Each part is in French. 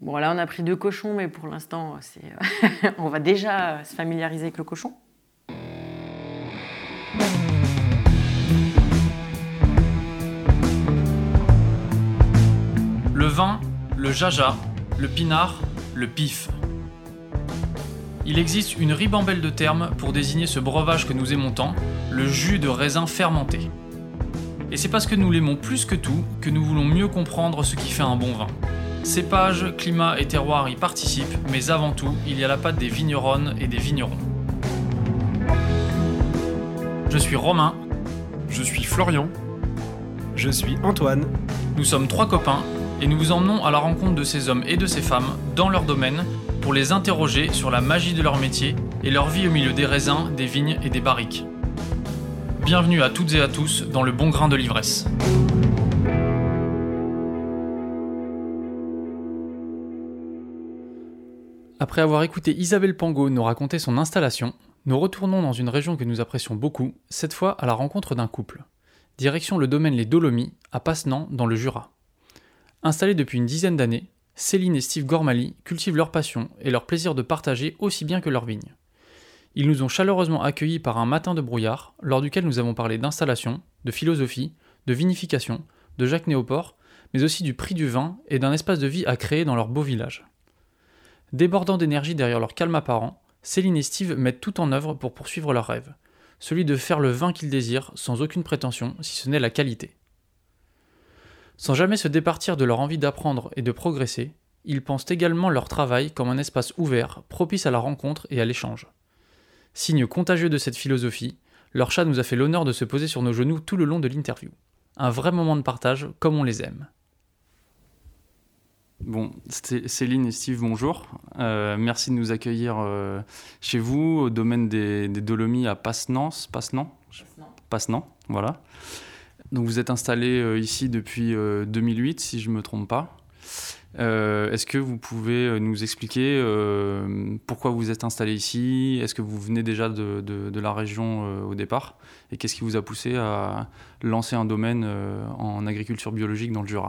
Bon, là, on a pris 2 cochons, mais pour l'instant, on va déjà se familiariser avec le cochon. Le vin, le jaja, le pinard, le pif. Il existe une ribambelle de termes pour désigner ce breuvage que nous aimons tant, le jus de raisin fermenté. Et c'est parce que nous l'aimons plus que tout que nous voulons mieux comprendre ce qui fait un bon vin. Cépage, climat et terroir y participent, mais avant tout, il y a la patte des vigneronnes et des vignerons. Je suis Romain. Je suis Florian. Je suis Antoine. Nous sommes 3 copains et nous vous emmenons à la rencontre de ces hommes et de ces femmes dans leur domaine pour les interroger sur la magie de leur métier et leur vie au milieu des raisins, des vignes et des barriques. Bienvenue à toutes et à tous dans le bon grain de l'ivresse. Après avoir écouté Isabelle Pangot nous raconter son installation, nous retournons dans une région que nous apprécions beaucoup, cette fois à la rencontre d'un couple. Direction le domaine Les Dolomies, à Passenant, dans le Jura. Installés depuis une dizaine d'années, Céline et Steve Gormali cultivent leur passion et leur plaisir de partager aussi bien que leurs vignes. Ils nous ont chaleureusement accueillis par un matin de brouillard, lors duquel nous avons parlé d'installation, de philosophie, de vinification, de Jacques Néoport, mais aussi du prix du vin et d'un espace de vie à créer dans leur beau village. Débordant d'énergie derrière leur calme apparent, Céline et Steve mettent tout en œuvre pour poursuivre leur rêve, celui de faire le vin qu'ils désirent sans aucune prétention, si ce n'est la qualité. Sans jamais se départir de leur envie d'apprendre et de progresser, ils pensent également leur travail comme un espace ouvert, propice à la rencontre et à l'échange. Signe contagieux de cette philosophie, leur chat nous a fait l'honneur de se poser sur nos genoux tout le long de l'interview. Un vrai moment de partage comme on les aime. Bon, Céline et Steve, bonjour. Merci de nous accueillir chez vous, au domaine des Dolomies à Passenant, voilà. Donc vous êtes installés ici depuis 2008, si je ne me trompe pas. Est-ce que vous pouvez nous expliquer pourquoi vous êtes installés ici ? Est-ce que vous venez déjà de la région au départ ? Et qu'est-ce qui vous a poussé à lancer un domaine en agriculture biologique dans le Jura ?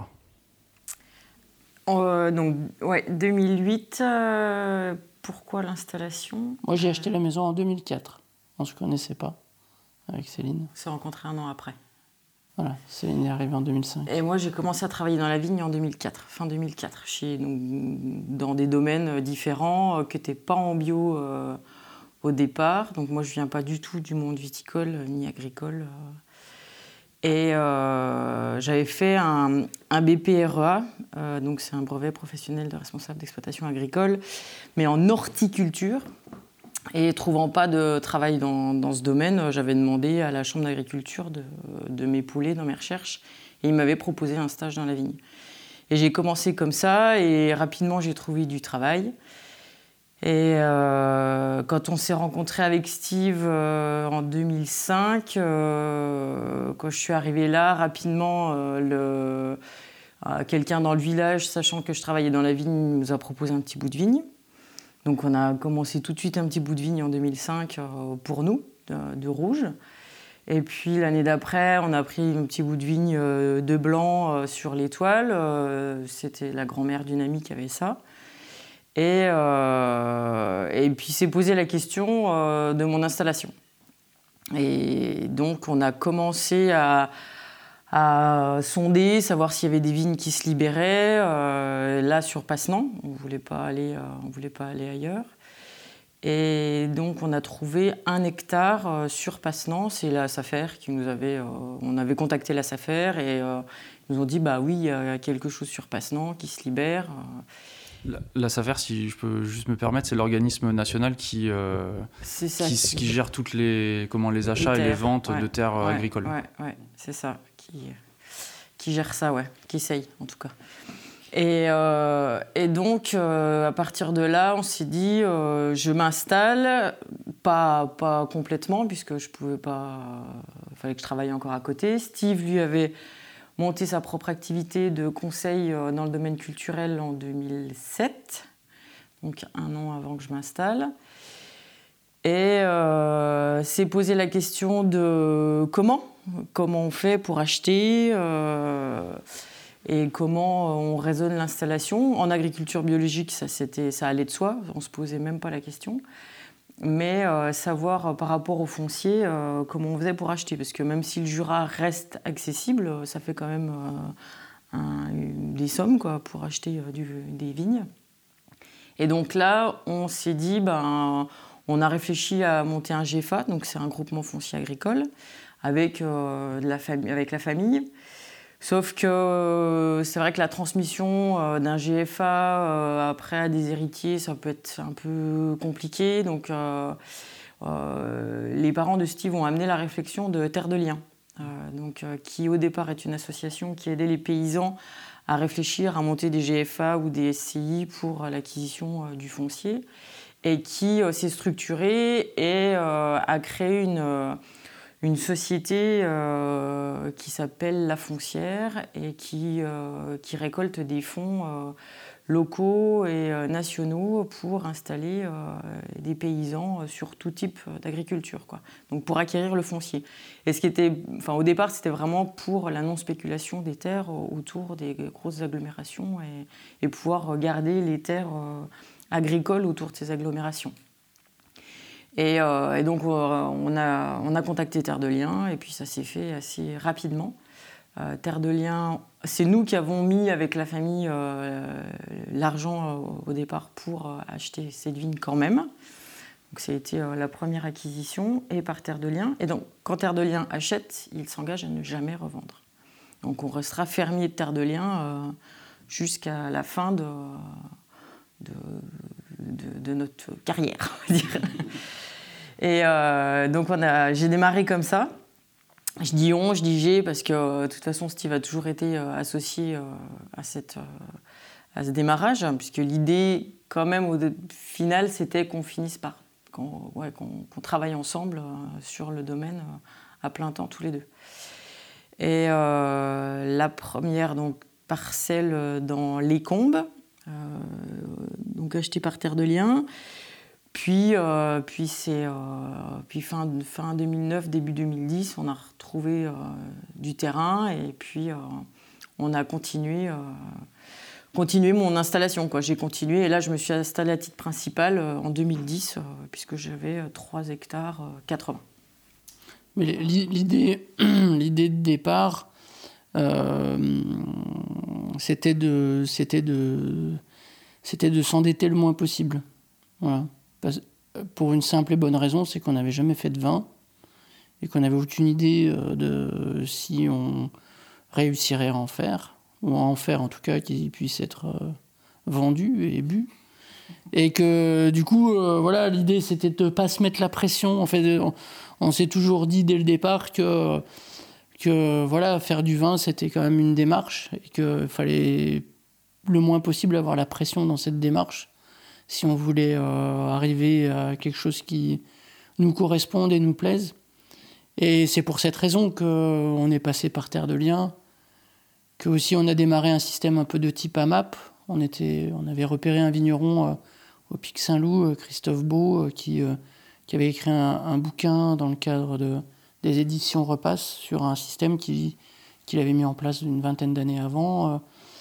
Donc, 2008, pourquoi l'installation ? Moi, j'ai acheté la maison en 2004. On ne se connaissait pas avec Céline. On s'est rencontrés 1 an après. Voilà, Céline est arrivée en 2005. Et moi, j'ai commencé à travailler dans la vigne en 2004, fin 2004, dans des domaines différents, qui n'étaient pas en bio au départ. Donc moi, je ne viens pas du tout du monde viticole ni agricole. Et j'avais fait un BPREA, donc c'est un brevet professionnel de responsable d'exploitation agricole, mais en horticulture. Et trouvant pas de travail dans ce domaine, j'avais demandé à la chambre d'agriculture de m'épauler dans mes recherches. Et ils m'avaient proposé un stage dans la vigne. Et j'ai commencé comme ça et rapidement j'ai trouvé du travail. Et quand on s'est rencontré avec Steve en 2005, quand je suis arrivée là, rapidement, quelqu'un dans le village, sachant que je travaillais dans la vigne, nous a proposé un petit bout de vigne. Donc on a commencé tout de suite un petit bout de vigne en 2005 pour nous, de rouge. Et puis l'année d'après, on a pris un petit bout de vigne de blanc sur l'étoile. C'était la grand-mère d'une amie qui avait ça. Et puis s'est posé la question de mon installation. Et donc on a commencé à sonder, savoir s'il y avait des vignes qui se libéraient. Là, sur Passenant, on ne voulait pas aller ailleurs. Et donc, on a trouvé 1 hectare sur Passenant. C'est la SAFER qui nous avait... on avait contacté la SAFER et ils nous ont dit, bah oui, il y a quelque chose sur Passenant qui se libère. La SAFER, si je peux juste me permettre, c'est l'organisme national qui gère toutes les achats et les ventes de terres agricoles. Ouais, c'est ça. Qui gère ça, qui essaye en tout cas. Et donc, à partir de là, on s'est dit, je m'installe, pas complètement, puisque je pouvais pas, il fallait que je travaille encore à côté. Steve, lui, avait monté sa propre activité de conseil dans le domaine culturel en 2007, donc 1 an avant que je m'installe. Et s'est posé la question de comment on fait pour acheter. et comment on raisonne l'installation. En agriculture biologique, ça allait de soi, on ne se posait même pas la question. Mais savoir par rapport au foncier comment on faisait pour acheter. Parce que même si le Jura reste accessible, ça fait quand même des sommes quoi, pour acheter des vignes. Et donc là, on s'est dit, on a réfléchi à monter un GFA, donc c'est un groupement foncier agricole, avec la famille. Sauf que c'est vrai que la transmission d'un GFA après à des héritiers, ça peut être un peu compliqué. Donc les parents de Steve ont amené la réflexion de Terre de Liens, qui au départ est une association qui aidait les paysans à réfléchir à monter des GFA ou des SCI pour l'acquisition du foncier, et qui s'est structurée et a créé une société qui s'appelle La Foncière et qui récolte des fonds locaux et nationaux pour installer des paysans sur tout type d'agriculture, quoi. Donc pour acquérir le foncier. Et au départ, c'était vraiment pour la non-spéculation des terres autour des grosses agglomérations et pouvoir garder les terres agricoles autour de ces agglomérations. Et donc on a contacté Terre de Liens et puis ça s'est fait assez rapidement. Terre de Liens, c'est nous qui avons mis avec la famille l'argent au départ pour acheter cette vigne quand même. Donc ça a été la première acquisition et par Terre de Liens. Et donc quand Terre de Liens achète, il s'engage à ne jamais revendre. Donc on restera fermier de Terre de Liens jusqu'à la fin de notre carrière, on va dire. Et donc j'ai démarré comme ça. Je dis on, je dis j'ai, parce que de toute façon Steve a toujours été associé à ce démarrage, puisque l'idée quand même au final c'était qu'on finisse par qu'on travaille ensemble sur le domaine à plein temps tous les deux. Et la première donc parcelle dans les Combes, donc achetée par Terre de Liens. Puis fin 2009, début 2010, on a retrouvé du terrain et puis on a continué mon installation, quoi. J'ai continué et là je me suis installée à titre principal en 2010 puisque j'avais 3 hectares 80. Mais l'idée de départ, c'était de s'endetter le moins possible. Voilà. Pour une simple et bonne raison, c'est qu'on n'avait jamais fait de vin et qu'on n'avait aucune idée de si on réussirait à en faire, ou à en faire en tout cas qui puisse être vendu et bu. Et que du coup, l'idée c'était de ne pas se mettre la pression. En fait, on s'est toujours dit dès le départ que faire du vin c'était quand même une démarche et qu'il fallait le moins possible avoir la pression dans cette démarche si on voulait arriver à quelque chose qui nous corresponde et nous plaise. Et c'est pour cette raison qu'on est passé par Terre de Liens, que aussi on a démarré un système un peu de type AMAP. On avait repéré un vigneron au Pic Saint-Loup, Christophe Beau, qui avait écrit un bouquin dans le cadre des éditions Repasse sur un système qu'il avait mis en place une vingtaine d'années avant,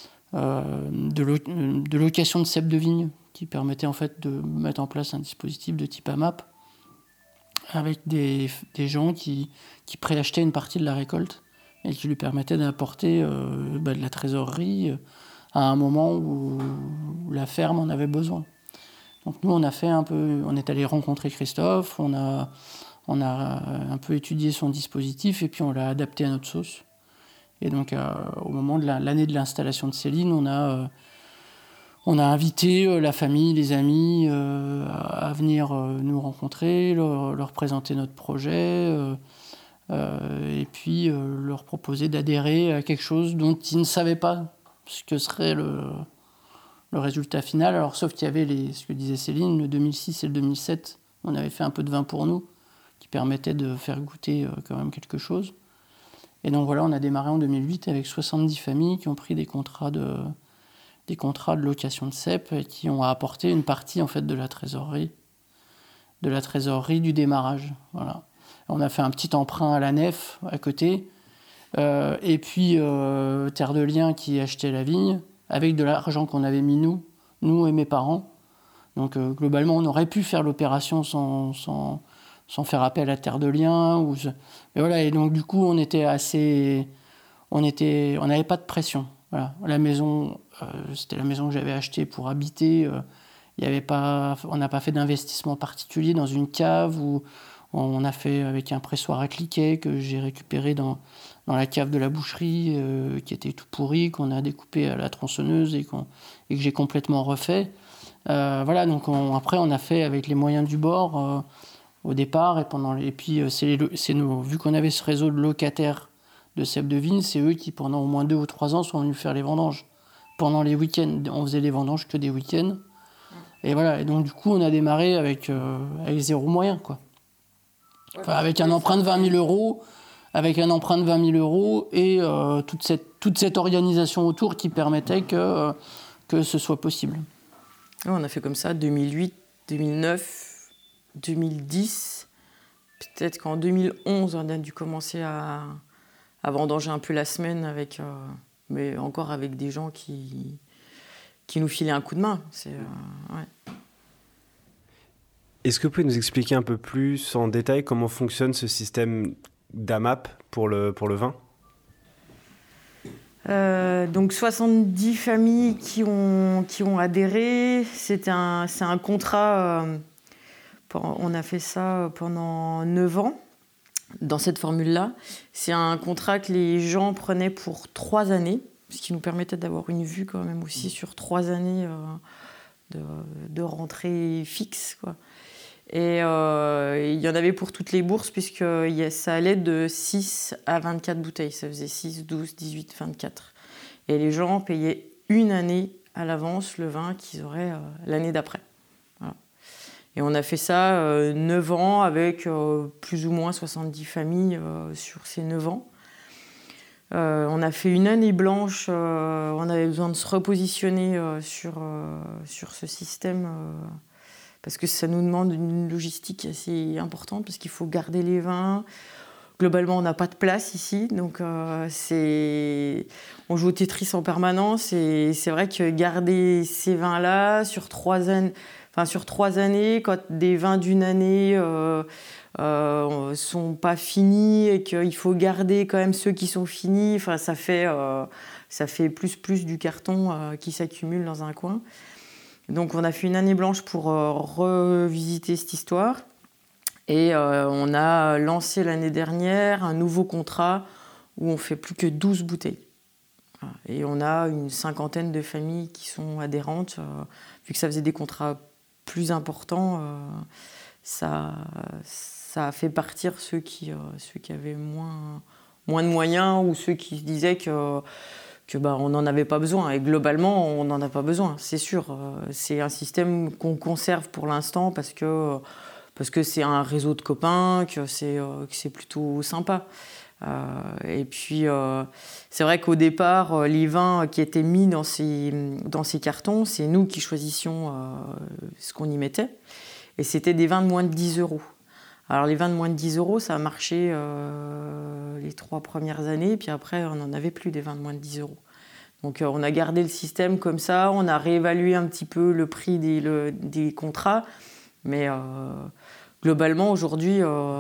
de location de cèpes de vigne, qui permettait en fait de mettre en place un dispositif de type AMAP avec des gens qui préachetaient une partie de la récolte et qui lui permettaient d'apporter de la trésorerie à un moment où la ferme en avait besoin. Donc nous on est allé rencontrer Christophe, on a un peu étudié son dispositif et puis on l'a adapté à notre sauce. Et donc au moment de l'année de l'installation de Céline, on a invité la famille, les amis à venir nous rencontrer, leur présenter notre projet et puis leur proposer d'adhérer à quelque chose dont ils ne savaient pas ce que serait le résultat final. Alors, sauf qu'il y avait ce que disait Céline, le 2006 et le 2007, on avait fait un peu de vin pour nous, qui permettait de faire goûter quand même quelque chose. Et donc voilà, on a démarré en 2008 avec 70 familles qui ont pris des contrats de location de cèpes et qui ont apporté une partie en fait de la trésorerie du démarrage. Voilà. On a fait un petit emprunt à la nef à côté Et puis Terre de Liens qui achetait la vigne avec de l'argent qu'on avait mis nous et mes parents. Donc globalement, on aurait pu faire l'opération sans faire appel à Terre de Liens. Mais voilà, et donc du coup, on n'avait pas de pression. Voilà. La maison, c'était la maison que j'avais achetée pour habiter. On n'a pas fait d'investissement particulier dans une cave où on a fait avec un pressoir à cliquet que j'ai récupéré dans la cave de la boucherie qui était tout pourri, qu'on a découpé à la tronçonneuse et que j'ai complètement refait. Voilà, donc après on a fait avec les moyens du bord au départ et puis vu qu'on avait ce réseau de locataires de cèpes de vigne, c'est eux qui pendant au moins 2 ou 3 ans sont venus faire les vendanges. Pendant les week-ends, on faisait les vendanges que des week-ends. Et voilà, et donc du coup on a démarré avec 0 moyen, quoi. Enfin, avec un emprunt de 20 000 euros, et toute cette organisation autour qui permettait que ce soit possible. On a fait comme ça 2008, 2009, 2010. Peut-être qu'en 2011, on a dû commencer à vendanger un peu la semaine, mais encore avec des gens qui nous filaient un coup de main. Ouais. Est-ce que vous pouvez nous expliquer un peu plus en détail comment fonctionne ce système d'AMAP pour le vin ? Donc 70 familles qui ont adhéré. C'est un contrat. On a fait ça pendant 9 ans dans cette formule-là. C'est un contrat que les gens prenaient pour 3 années, ce qui nous permettait d'avoir une vue quand même aussi sur 3 années de rentrée fixe, quoi. Et il y en avait pour toutes les bourses, puisque ça allait de 6 à 24 bouteilles. Ça faisait 6, 12, 18, 24. Et les gens payaient une année à l'avance le vin qu'ils auraient l'année d'après. Voilà. Et on a fait ça 9 ans avec plus ou moins 70 familles sur ces 9 ans. On a fait une année blanche. On avait besoin de se repositionner sur ce système. Parce que ça nous demande une logistique assez importante, parce qu'il faut garder les vins. Globalement, on n'a pas de place ici, donc on joue au Tetris en permanence. Et c'est vrai que garder ces vins-là sur 3 années, quand des vins d'une année sont pas finis et qu'il faut garder quand même ceux qui sont finis, ça fait plus du carton qui s'accumule dans un coin. Donc on a fait une année blanche pour revisiter cette histoire. Et on a lancé l'année dernière un nouveau contrat où on fait plus que 12 bouteilles. Voilà. Et on a une 50aine de familles qui sont adhérentes. Vu que ça faisait des contrats plus importants, ça a fait partir ceux qui avaient moins de moyens, ou ceux qui se disaient que on n'en avait pas besoin. Et globalement, on n'en a pas besoin, c'est sûr. C'est un système qu'on conserve pour l'instant parce que c'est un réseau de copains, que c'est plutôt sympa. Et puis, c'est vrai qu'au départ, les vins qui étaient mis dans ces cartons, c'est nous qui choisissions ce qu'on y mettait. Et c'était des vins de moins de 10 euros. Alors, les vins de moins de 10 euros, ça a marché les 3 premières années. Puis après, on n'en avait plus des vins de moins de 10 euros. Donc, on a gardé le système comme ça. On a réévalué un petit peu le prix des contrats. Mais globalement, aujourd'hui,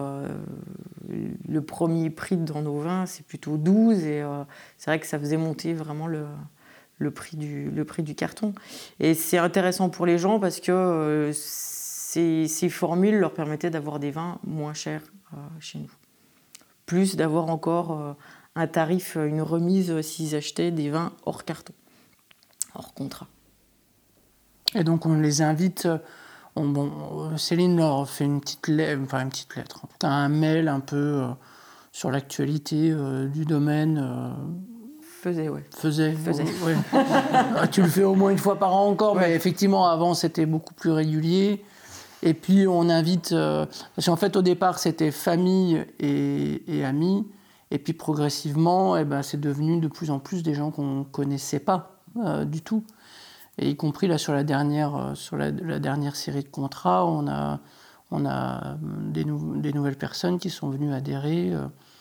le premier prix dans nos vins, c'est plutôt 12. Et c'est vrai que ça faisait monter vraiment le prix du carton. Et c'est intéressant pour les gens parce que ces formules leur permettaient d'avoir des vins moins chers chez nous. Plus d'avoir encore un tarif, une remise s'ils achetaient des vins hors carton, hors contrat. Et donc on les invite... Céline leur fait une petite lettre, en tout cas un mail un peu sur l'actualité du domaine. Faisait. Ouais. Tu le fais au moins une fois par an encore, ouais. Mais effectivement avant c'était beaucoup plus régulier. Et puis on invite, parce qu'en fait au départ c'était famille et amis, et puis progressivement c'est devenu de plus en plus des gens qu'on ne connaissait pas du tout. Et y compris là sur la dernière série de contrats, on a des nouvelles personnes qui sont venues adhérer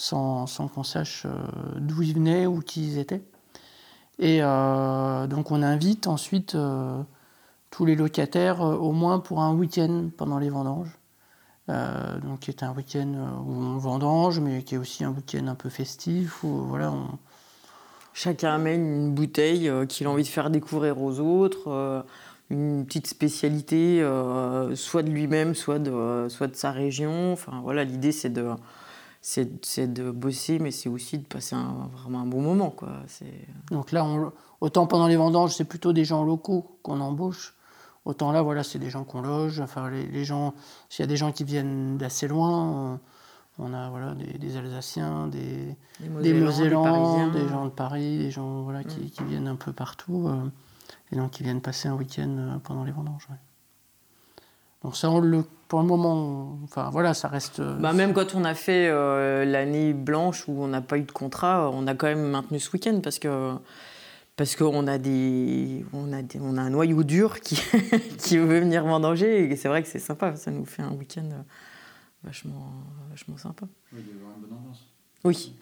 sans qu'on sache d'où ils venaient ou qui ils étaient. Et donc on invite ensuite tous les locataires au moins pour un week-end pendant les vendanges. Donc qui est un week-end où on vendange, mais qui est aussi un week-end un peu festif, où voilà, Chacun amène une bouteille qu'il a envie de faire découvrir aux autres, une petite spécialité, soit de lui-même, soit de sa région. Enfin voilà, l'idée c'est de bosser, mais c'est aussi de passer vraiment un bon moment, quoi. Donc là, autant pendant les vendanges, c'est plutôt des gens locaux qu'on embauche. Autant là, voilà, c'est des gens qu'on loge. Enfin, les gens, s'il y a des gens qui viennent d'assez loin, on a voilà, des Alsaciens, des Mosellans, des gens de Paris, des gens voilà, qui viennent un peu partout. Et donc qui viennent passer un week-end pendant les vendanges. Ouais. Donc ça, pour le moment, enfin voilà, ça reste... même quand on a fait l'année blanche où on n'a pas eu de contrat, on a quand même maintenu ce week-end parce qu'on a un noyau dur qui veut venir vendanger et c'est vrai que c'est sympa, ça nous fait un week-end vachement sympa. Oui, il doit y avoir une bonne ambiance. Oui.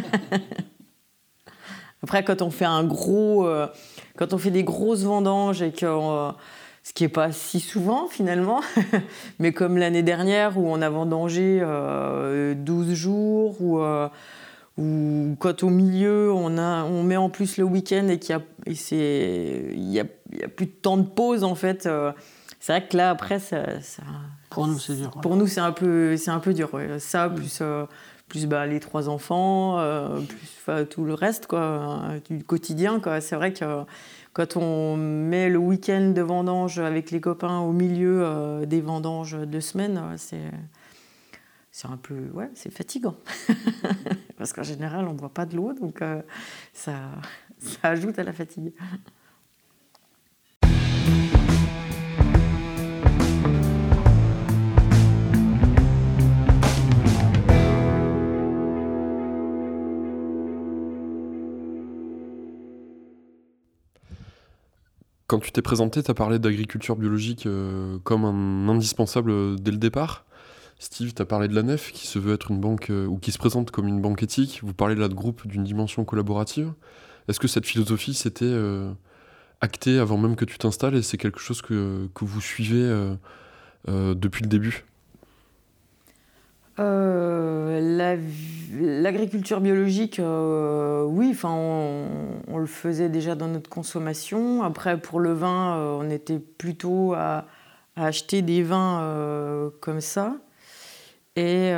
Après, quand on fait des grosses vendanges et que ce qui n'est pas si souvent finalement, mais comme l'année dernière où on a vendangé 12 jours, ou quand au milieu on met en plus le week-end et qu'il y a plus de temps de pause en fait, c'est vrai que là après ça pour nous c'est dur. Pour nous c'est un peu dur. Ouais. Ça plus les 3 enfants, plus tout le reste quoi, du quotidien quoi. C'est vrai que quand on met le week-end de vendange avec les copains au milieu des vendanges de semaine, c'est un peu c'est fatigant parce qu'en général on ne boit pas de l'eau, donc ça ajoute à la fatigue. Quand tu t'es présenté, tu as parlé d'agriculture biologique comme un indispensable dès le départ. Steve, tu as parlé de la Nef, qui se veut être une banque, ou qui se présente comme une banque éthique. Vous parlez là de groupe d'une dimension collaborative. Est-ce que cette philosophie s'était actée avant même que tu t'installes et c'est quelque chose que vous suivez depuis le début ? L'agriculture biologique, oui, on le faisait déjà dans notre consommation. Après, pour le vin, on était plutôt à acheter des vins comme ça. Et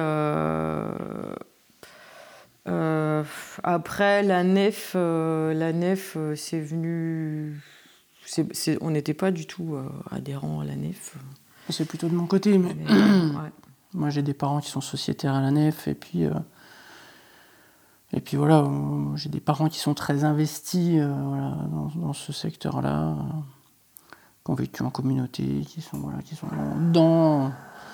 après, la nef, c'est venu... on n'était pas du tout adhérents à la nef. C'est plutôt de mon côté, mais... ouais. Moi, j'ai des parents qui sont sociétaires à la Nef, et puis voilà, j'ai des parents qui sont très investis voilà, dans ce secteur-là, qui ont vécu en communauté, qui sont dans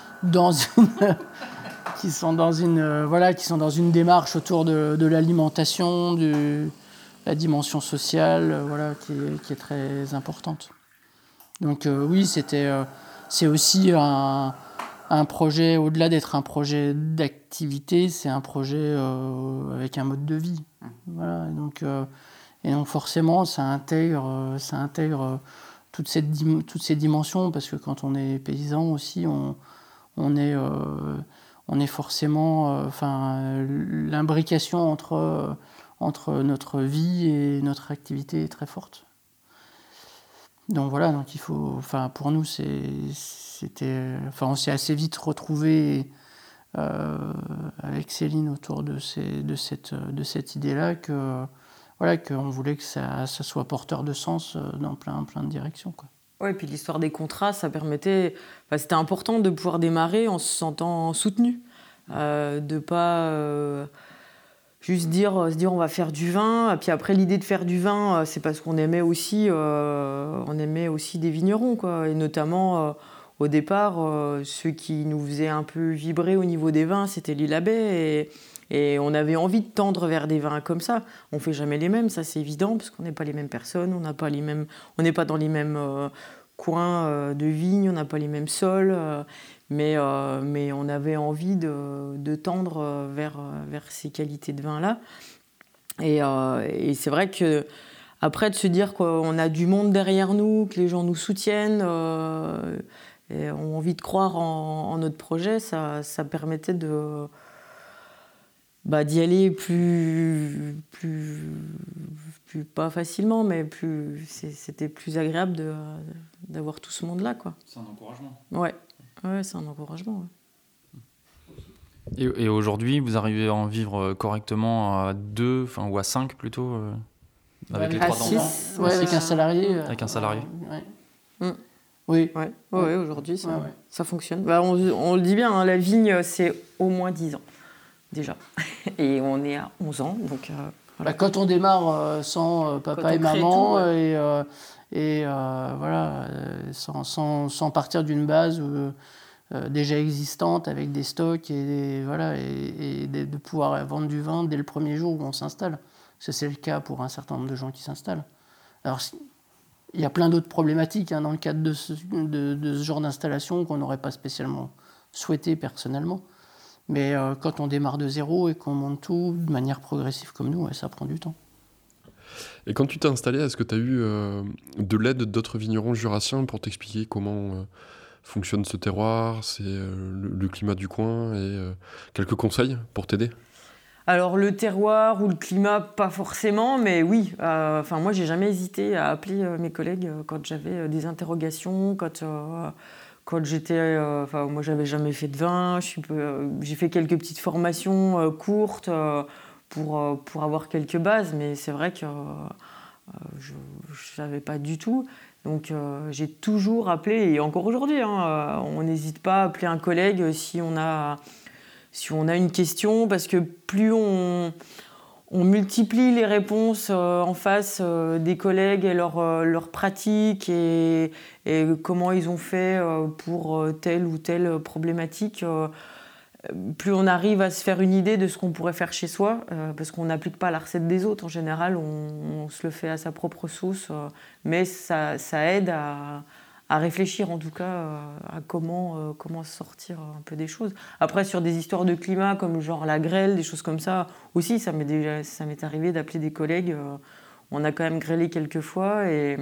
une démarche autour de l'alimentation, de la dimension sociale, voilà, qui est très importante. Donc oui, c'est aussi un projet, au-delà d'être un projet d'activité, c'est un projet avec un mode de vie. Voilà, et donc forcément, ça intègre toutes ces dimensions, parce que quand on est paysan aussi, on est forcément... l'imbrication entre notre vie et notre activité est très forte. Donc voilà, donc il faut... pour nous, on s'est assez vite retrouvés avec Céline autour de cette idée-là qu'on voulait que ça soit porteur de sens dans plein de directions, quoi. Ouais, et puis l'histoire des contrats, ça permettait... c'était important de pouvoir démarrer en se sentant soutenu, de pas juste se dire on va faire du vin. Et puis après, l'idée de faire du vin, c'est parce qu'on aimait aussi des vignerons, quoi. Et notamment, au départ, ceux qui nous faisaient un peu vibrer au niveau des vins, c'était L'Île-Abbé. Et on avait envie de tendre vers des vins comme ça. On ne fait jamais les mêmes, ça c'est évident, parce qu'on n'est pas les mêmes personnes, on n'est pas dans les mêmes coins de vignes, on n'a pas les mêmes sols, mais on avait envie de tendre vers ces qualités de vin-là. Et c'est vrai que après, de se dire qu'on a du monde derrière nous, que les gens nous soutiennent et ont envie de croire en notre projet, ça permettait d'y aller plus pas facilement, mais c'était plus agréable d'avoir tout ce monde-là, quoi. C'est un encouragement. Ouais, c'est un encouragement. Ouais. Et aujourd'hui, vous arrivez à en vivre correctement à 2, ou à 5 plutôt, avec les 3 enfants. Avec un salarié. Avec un salarié. Oui. Ouais, aujourd'hui, ça fonctionne. On le dit bien, hein, la vigne, c'est au moins 10 ans, déjà. Et on est à 11 ans, donc... voilà. Quand on démarre sans papa et maman, sans partir d'une base déjà existante avec des stocks et de pouvoir vendre du vin dès le premier jour où on s'installe. Ça, c'est le cas pour un certain nombre de gens qui s'installent. Alors, il y a plein d'autres problématiques dans le cadre de ce genre d'installation qu'on n'aurait pas spécialement souhaité personnellement. Mais quand on démarre de zéro et qu'on monte tout de manière progressive comme nous, ça prend du temps. Et quand tu t'es installé, est-ce que tu as eu de l'aide d'autres vignerons jurassiens pour t'expliquer comment fonctionne ce terroir, c'est le climat du coin et quelques conseils pour t'aider ? Alors le terroir ou le climat, pas forcément, mais oui. Moi, j'ai jamais hésité à appeler mes collègues quand j'avais des interrogations, quand j'étais... moi, j'avais jamais fait de vin. J'ai fait quelques petites formations courtes pour avoir quelques bases, mais c'est vrai que je savais pas du tout. Donc j'ai toujours appelé, et encore aujourd'hui, on n'hésite pas à appeler un collègue si on a une question, parce que plus on multiplie les réponses en face des collègues et leurs pratiques et comment ils ont fait pour telle ou telle problématique, plus on arrive à se faire une idée de ce qu'on pourrait faire chez soi, parce qu'on n'applique pas la recette des autres. En général, on se le fait à sa propre sauce, mais ça aide à réfléchir en tout cas à comment sortir un peu des choses. Après, sur des histoires de climat comme genre la grêle, des choses comme ça, aussi ça m'est arrivé d'appeler des collègues. On a quand même grêlé quelques fois et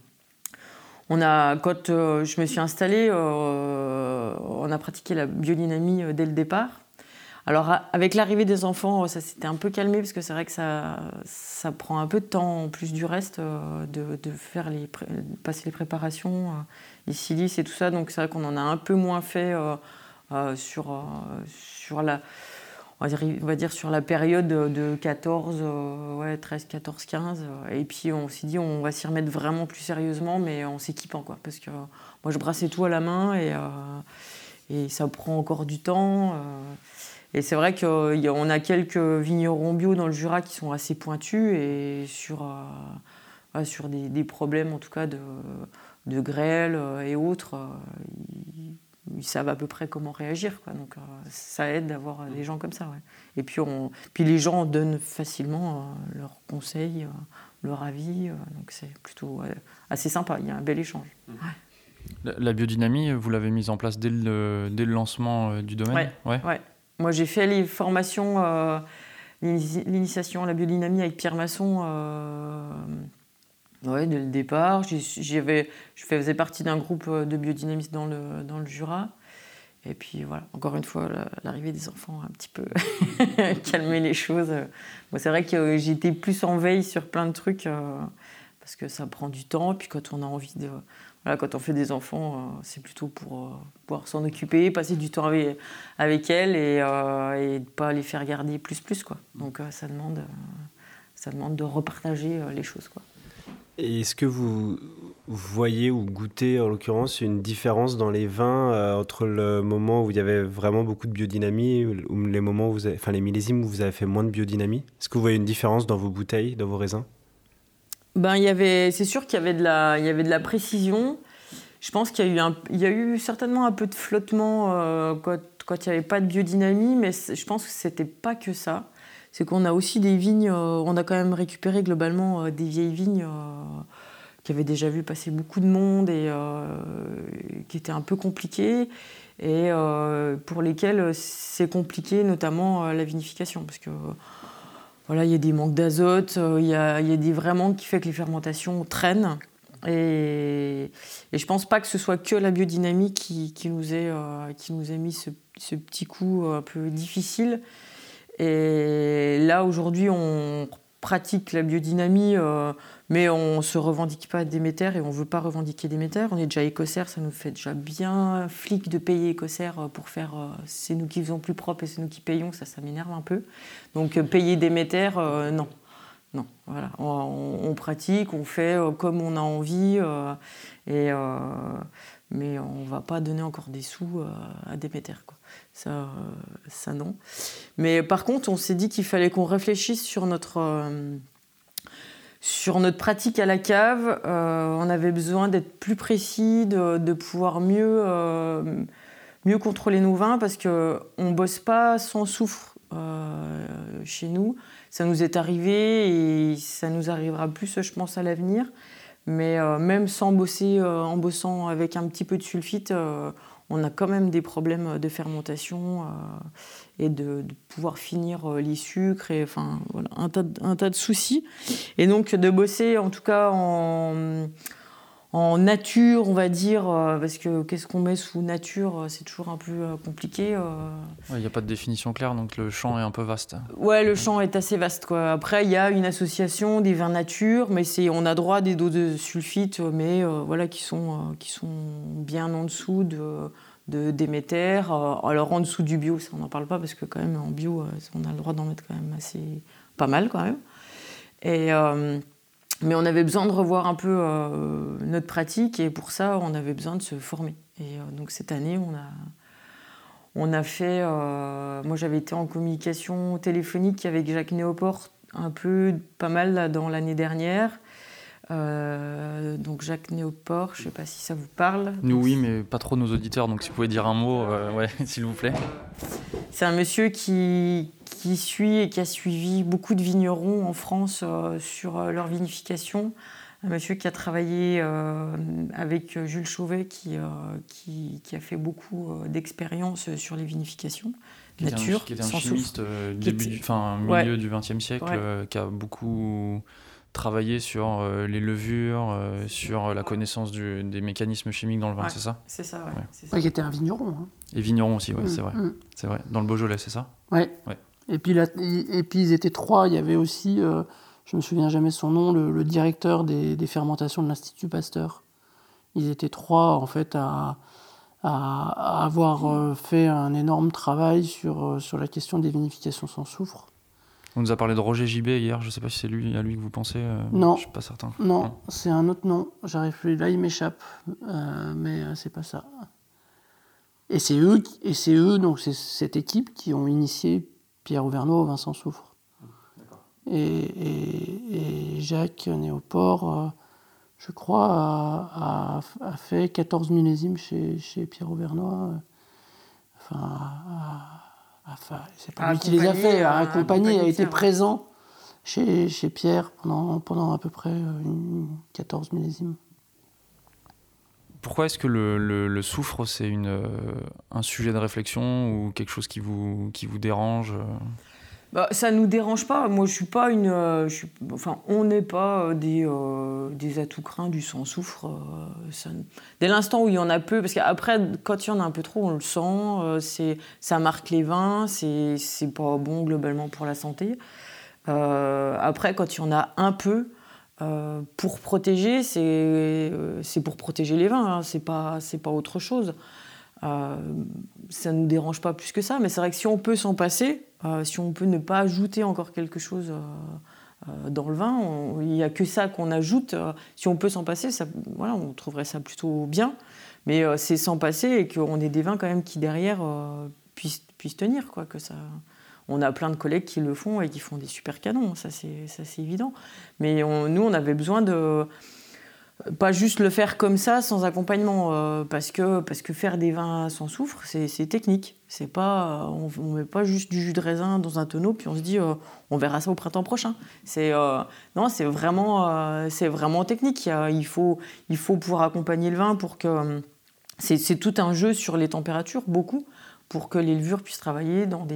quand je me suis installée, on a pratiqué la biodynamie dès le départ. Alors avec l'arrivée des enfants, ça s'était un peu calmé parce que c'est vrai que ça prend un peu de temps en plus du reste de faire passer les préparations, les silices et tout ça. Donc c'est vrai qu'on en a un peu moins fait sur la, on va dire sur la période de 13, 14, 15. Et puis on s'est dit on va s'y remettre vraiment plus sérieusement, mais en s'équipant, quoi. Parce que moi je brassais tout à la main et ça prend encore du temps. Et c'est vrai qu'on a quelques vignerons bio dans le Jura qui sont assez pointus et sur des problèmes en tout cas de grêle et autres, ils savent à peu près comment réagir, quoi. Donc ça aide d'avoir des gens comme ça. Ouais. Et puis les gens donnent facilement leurs conseils, leur avis, donc c'est plutôt assez sympa, il y a un bel échange. Ouais. La biodynamie, vous l'avez mise en place dès le lancement du domaine ? Ouais. Moi, j'ai fait les formations, l'initiation à la biodynamie avec Pierre Masson dès le départ. Je faisais partie d'un groupe de biodynamistes dans le Jura. Et puis voilà, encore une fois, l'arrivée des enfants a un petit peu calmé les choses. Moi, c'est vrai que j'étais plus en veille sur plein de trucs parce que ça prend du temps. Et puis quand on a envie quand on fait des enfants, c'est plutôt pour pouvoir s'en occuper, passer du temps avec elles et ne pas les faire garder plus, quoi. Donc ça demande de repartager les choses, quoi. Et est-ce que vous voyez ou goûtez, en l'occurrence, une différence dans les vins entre le moment où il y avait vraiment beaucoup de biodynamie ou les moments où les millésimes où vous avez fait moins de biodynamie ? Est-ce que vous voyez une différence dans vos bouteilles, dans vos raisins ? C'est sûr qu'il y avait de la précision. Je pense qu'il y a eu certainement un peu de flottement quand il n'y avait pas de biodynamie, mais je pense que c'était pas que ça. C'est qu'on a aussi des vignes, on a quand même récupéré globalement des vieilles vignes qui avait déjà vu passer beaucoup de monde et qui était un peu compliqué, et pour lesquels c'est compliqué, notamment la vinification, parce que voilà, il y a des manques d'azote, il y a des vrais manques qui fait que les fermentations traînent. Et je pense pas que ce soit que la biodynamie qui nous ait mis ce petit coup un peu difficile. Et là, aujourd'hui, on pratique la biodynamie, mais on ne se revendique pas Déméter et on ne veut pas revendiquer Déméter. On est déjà écossaire, ça nous fait déjà bien flic de payer écossaire pour faire c'est nous qui faisons plus propre et c'est nous qui payons, ça m'énerve un peu. Donc payer Déméter, non. Non, voilà. On pratique, on fait comme on a envie, mais on ne va pas donner encore des sous à Déméter, quoi. Ça, non. Mais par contre, on s'est dit qu'il fallait qu'on réfléchisse sur notre pratique à la cave. On avait besoin d'être plus précis, de pouvoir mieux contrôler nos vins, parce qu'on ne bosse pas sans soufre chez nous. Ça nous est arrivé et ça nous arrivera plus, je pense, à l'avenir. Mais même sans bosser, en bossant avec un petit peu de sulfite, on a quand même des problèmes de fermentation et de pouvoir finir les sucres, et enfin voilà, un tas de soucis. Et donc de bosser en tout cas en nature, on va dire, parce que qu'est-ce qu'on met sous nature, c'est toujours un peu compliqué. Il n'y a pas de définition claire, donc le champ est un peu vaste. Ouais, le champ est assez vaste, quoi. Après, il y a une association des vins nature, mais on a droit à des doses de sulfite, mais voilà, qui sont bien en dessous de Déméter. Alors en dessous du bio, ça on n'en parle pas, parce que quand même en bio, on a le droit d'en mettre quand même assez pas mal quand même. Mais on avait besoin de revoir un peu notre pratique, et pour ça, on avait besoin de se former. Et donc cette année, on a fait... moi, j'avais été en communication téléphonique avec Jacques Néoport pas mal là, dans l'année dernière. Donc Jacques Néoport, je ne sais pas si ça vous parle. Nous, oui, mais pas trop nos auditeurs, donc si vous pouvez dire un mot, ouais, s'il vous plaît. C'est un monsieur qui suit et qui a suivi beaucoup de vignerons en France sur leur vinification. Un monsieur qui a travaillé avec Jules Chauvet, qui a fait beaucoup d'expériences sur les vinifications nature. Qui était un chimiste milieu du XXe siècle, qui a beaucoup travaillé sur les levures, sur la connaissance des mécanismes chimiques dans le vin, c'est ça ? C'est ça, ouais. C'est ça. Qui était un vigneron. Hein. Et vigneron aussi, ouais, c'est vrai. C'est vrai. Dans le Beaujolais, c'est ça ? Ouais. Et puis ils étaient trois. Il y avait aussi, je me souviens jamais son nom, le directeur des fermentations de l'Institut Pasteur. Ils étaient trois en fait à avoir fait un énorme travail sur la question des vinifications sans soufre. On nous a parlé de Roger Gibet hier. Je ne sais pas si c'est à lui que vous pensez. Non. Je suis pas certain. Non, c'est un autre nom. J'arrive plus. Là, il m'échappe, mais c'est pas ça. Et c'est eux, donc c'est cette équipe qui ont initié Pierre Auvernois au vin sans soufre. Et Jacques Néoport, je crois, a fait 14 millésimes chez Pierre Auvernois. C'est pas lui qui les a fait, a accompagné, a été présent chez Pierre pendant à peu près 14 millésimes. Pourquoi est-ce que le soufre, c'est un sujet de réflexion ou quelque chose qui vous dérange ? Ça ne nous dérange pas. Moi, je suis pas on n'est pas des à-tout-crains du sans-soufre. Dès l'instant où il y en a peu, parce qu'après, quand il y en a un peu trop, on le sent. Ça marque les vins. C'est pas bon globalement pour la santé. Après, quand il y en a un peu, pour protéger, c'est pour protéger les vins. Hein, c'est pas autre chose. Ça ne nous dérange pas plus que ça, mais c'est vrai que si on peut s'en passer, si on peut ne pas ajouter encore quelque chose dans le vin, il n'y a que ça qu'on ajoute. Si on peut s'en passer, on trouverait ça plutôt bien, mais c'est s'en passer et qu'on ait des vins quand même qui derrière puissent tenir, quoi, que ça... On a plein de collègues qui le font et qui font des super canons, ça c'est évident. Mais nous, on avait besoin pas juste le faire comme ça, sans accompagnement, parce que faire des vins sans soufre, c'est technique. C'est pas, on met pas juste du jus de raisin dans un tonneau, puis on se dit, on verra ça au printemps prochain. Non, c'est vraiment technique. Il faut pouvoir accompagner le vin pour que... C'est tout un jeu sur les températures, beaucoup, pour que les levures puissent travailler dans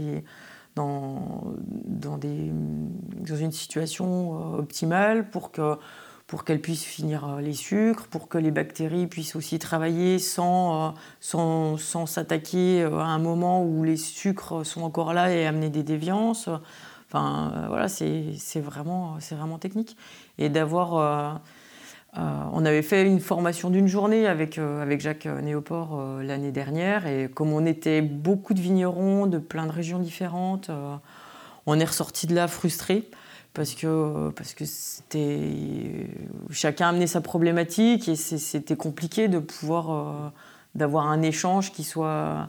une situation optimale, pour qu'elles puissent finir les sucres, pour que les bactéries puissent aussi travailler sans s'attaquer à un moment où les sucres sont encore là et amener des déviances. Voilà, c'est vraiment technique. Et d'avoir... on avait fait une formation d'une journée avec Jacques Néoport l'année dernière, et comme on était beaucoup de vignerons de plein de régions différentes, on est ressorti de là frustrés parce que chacun amenait sa problématique et c'était compliqué de pouvoir d'avoir un échange qui soit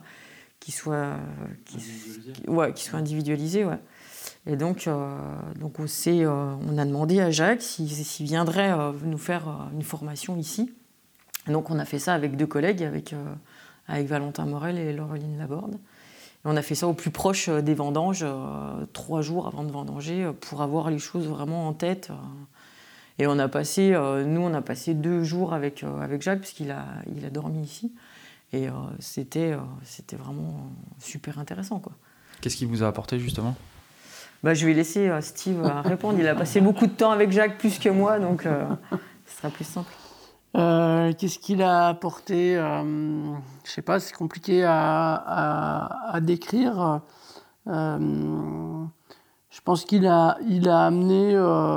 individualisé. Ouais. Et donc on a demandé à Jacques s'il viendrait nous faire une formation ici. Et donc on a fait ça avec 2 collègues, avec Valentin Morel et Laureline Laborde. Et on a fait ça au plus proche des vendanges, 3 jours avant de vendanger, pour avoir les choses vraiment en tête. Et on a passé 2 jours avec Jacques, parce qu'il a dormi ici. Et c'était vraiment super intéressant, quoi. Qu'est-ce qui vous a apporté, justement ? Je vais laisser Steve répondre. Il a passé beaucoup de temps avec Jacques, plus que moi, donc ce sera plus simple. Qu'est-ce qu'il a apporté ? Je sais pas, c'est compliqué à décrire. Je pense qu'il a amené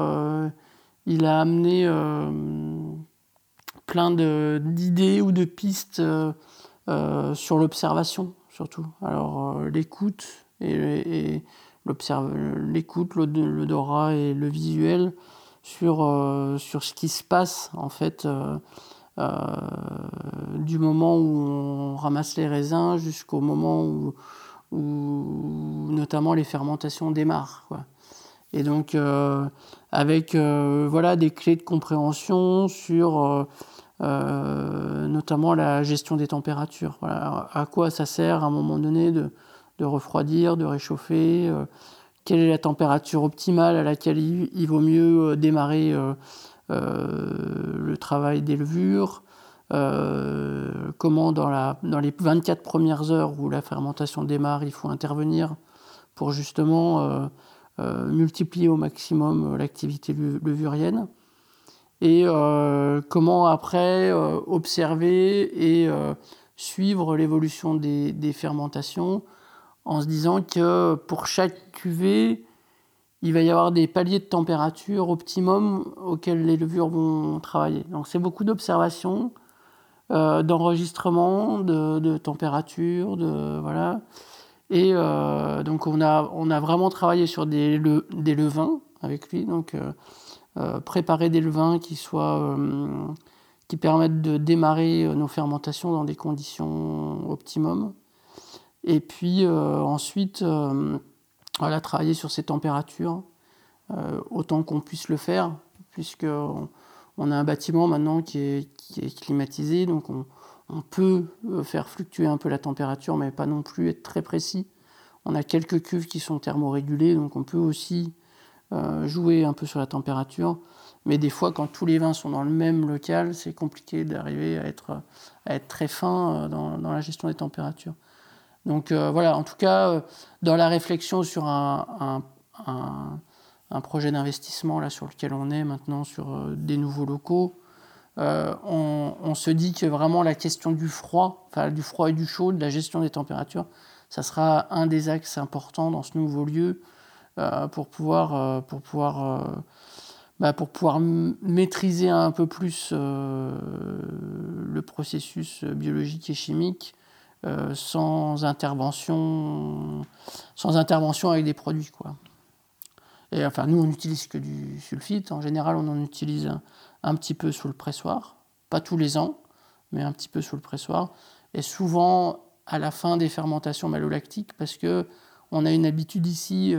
plein d'idées ou de pistes sur l'observation, surtout. Alors l'écoute et l'écoute, l'odorat et le visuel sur ce qui se passe en fait du moment où on ramasse les raisins jusqu'au moment où notamment les fermentations démarrent, quoi. Et donc avec des clés de compréhension sur notamment la gestion des températures. Voilà, à quoi ça sert à un moment donné de refroidir, de réchauffer, quelle est la température optimale à laquelle il vaut mieux démarrer le travail des levures, comment dans les 24 premières heures où la fermentation démarre, il faut intervenir pour justement multiplier au maximum l'activité levurienne, et comment après observer et suivre l'évolution des fermentations, en se disant que pour chaque cuvée, il va y avoir des paliers de température optimum auxquels les levures vont travailler. Donc c'est beaucoup d'observation, d'enregistrement, de température, voilà. Et donc on a vraiment travaillé sur des levains avec lui, donc préparer des levains qui permettent de démarrer nos fermentations dans des conditions optimum. Et puis ensuite, travailler sur ces températures autant qu'on puisse le faire, puisqu'on a un bâtiment maintenant qui est climatisé, donc on peut faire fluctuer un peu la température, mais pas non plus être très précis. On a quelques cuves qui sont thermorégulées, donc on peut aussi jouer un peu sur la température. Mais des fois, quand tous les vins sont dans le même local, c'est compliqué d'arriver à être très fin dans la gestion des températures. Donc en tout cas, dans la réflexion sur un projet d'investissement là, sur lequel on est maintenant, sur des nouveaux locaux, on se dit que vraiment la question du froid et du chaud, de la gestion des températures, ça sera un des axes importants dans ce nouveau lieu pour pouvoir maîtriser un peu plus le processus biologique et chimique sans intervention avec des produits, quoi. Et enfin, nous, on n'utilise que du sulfite. En général, on en utilise un petit peu sous le pressoir. Pas tous les ans, mais un petit peu sous le pressoir. Et souvent, à la fin des fermentations malolactiques, parce qu'on a une habitude ici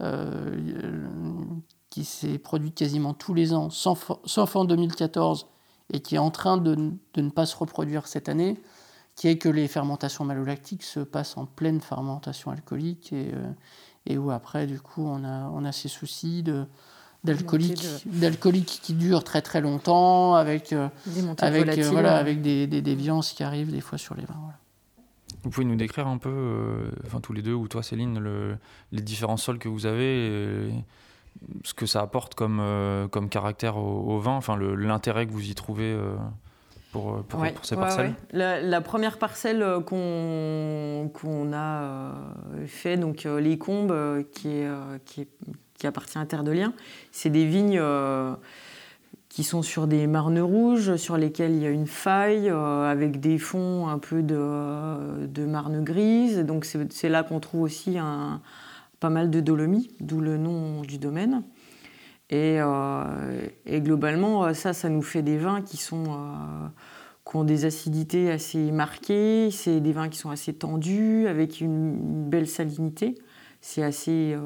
qui s'est produite quasiment tous les ans, sauf en 2014, et qui est en train de ne pas se reproduire cette année, qui est que les fermentations malolactiques se passent en pleine fermentation alcoolique et où après, du coup, on a ces soucis d'alcoolique qui durent très très longtemps avec des déviances qui arrivent des fois sur les vins. Voilà. Vous pouvez nous décrire un peu, tous les deux, ou toi Céline, les différents sols que vous avez, et ce que ça apporte comme caractère au vin, l'intérêt que vous y trouvez pour ces parcelles. Ouais. La première parcelle qu'on a fait, donc les Combes, qui appartient à Terre de Liens, c'est des vignes qui sont sur des marnes rouges, sur lesquelles il y a une faille, avec des fonds un peu de marne grise. Donc c'est là qu'on trouve aussi pas mal de dolomie, d'où le nom du domaine. Et globalement, ça nous fait des vins qui ont des acidités assez marquées. C'est des vins qui sont assez tendus, avec une belle salinité. C'est assez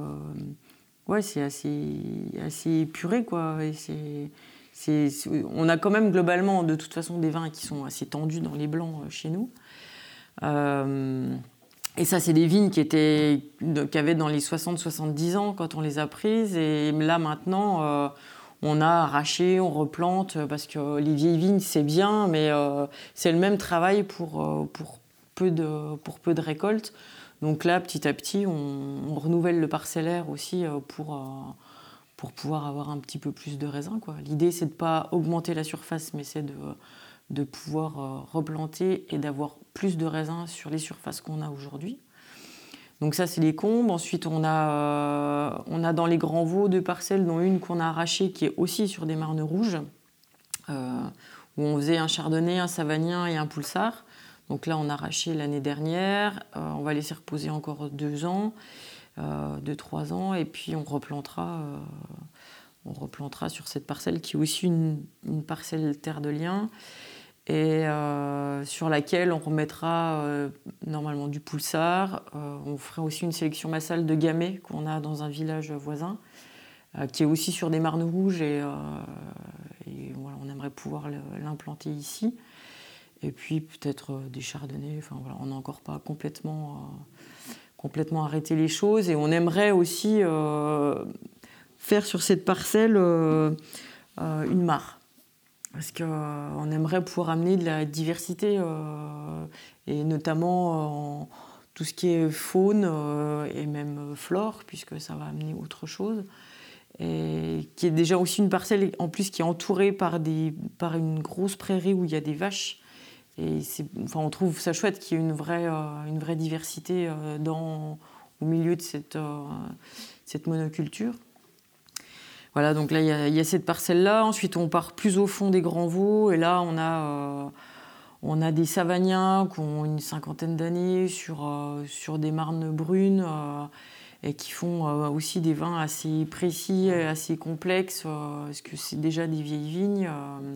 épuré, quoi. Et on a quand même globalement, de toute façon, des vins qui sont assez tendus dans les blancs chez nous. Et ça, c'est des vignes qui avaient dans les 60-70 ans quand on les a prises. Et là, maintenant, on a arraché, on replante, parce que les vieilles vignes, c'est bien, mais c'est le même travail pour peu de récoltes. Donc là, petit à petit, on renouvelle le parcellaire aussi pour pouvoir avoir un petit peu plus de raisins, quoi. L'idée, c'est de ne pas augmenter la surface, mais c'est de pouvoir replanter et d'avoir plus de raisins sur les surfaces qu'on a aujourd'hui. Donc ça, c'est les Combes. Ensuite, on a dans les Grands Vaux 2 parcelles, dont une qu'on a arrachée, qui est aussi sur des marnes rouges, où on faisait un chardonnay, un savagnin et un poulsard. Donc là, on a arraché l'année dernière. On va laisser reposer encore 2 ans. 2-3 ans, et puis on replantera sur cette parcelle qui est aussi une parcelle Terre de Liens, et sur laquelle on remettra normalement du poulsard. On fera aussi une sélection massale de gamay qu'on a dans un village voisin, qui est aussi sur des marnes rouges, et voilà, on aimerait pouvoir l'implanter ici. Et puis peut-être des chardonnays. On n'a encore pas complètement arrêter les choses, et on aimerait aussi faire sur cette parcelle une mare, parce qu'on aimerait pouvoir amener de la diversité, et notamment tout ce qui est faune et même flore, puisque ça va amener autre chose, et qui est déjà aussi une parcelle en plus qui est entourée par une grosse prairie où il y a des vaches. Et on trouve ça chouette qu'il y ait une vraie diversité au milieu de cette monoculture. Voilà, donc là, il y a cette parcelle-là. Ensuite, on part plus au fond des Grands Vaux. Et là, on a des savagniens qui ont une 50aine d'années sur des marnes brunes, et qui font aussi des vins assez précis et assez complexes, parce que c'est déjà des vieilles vignes.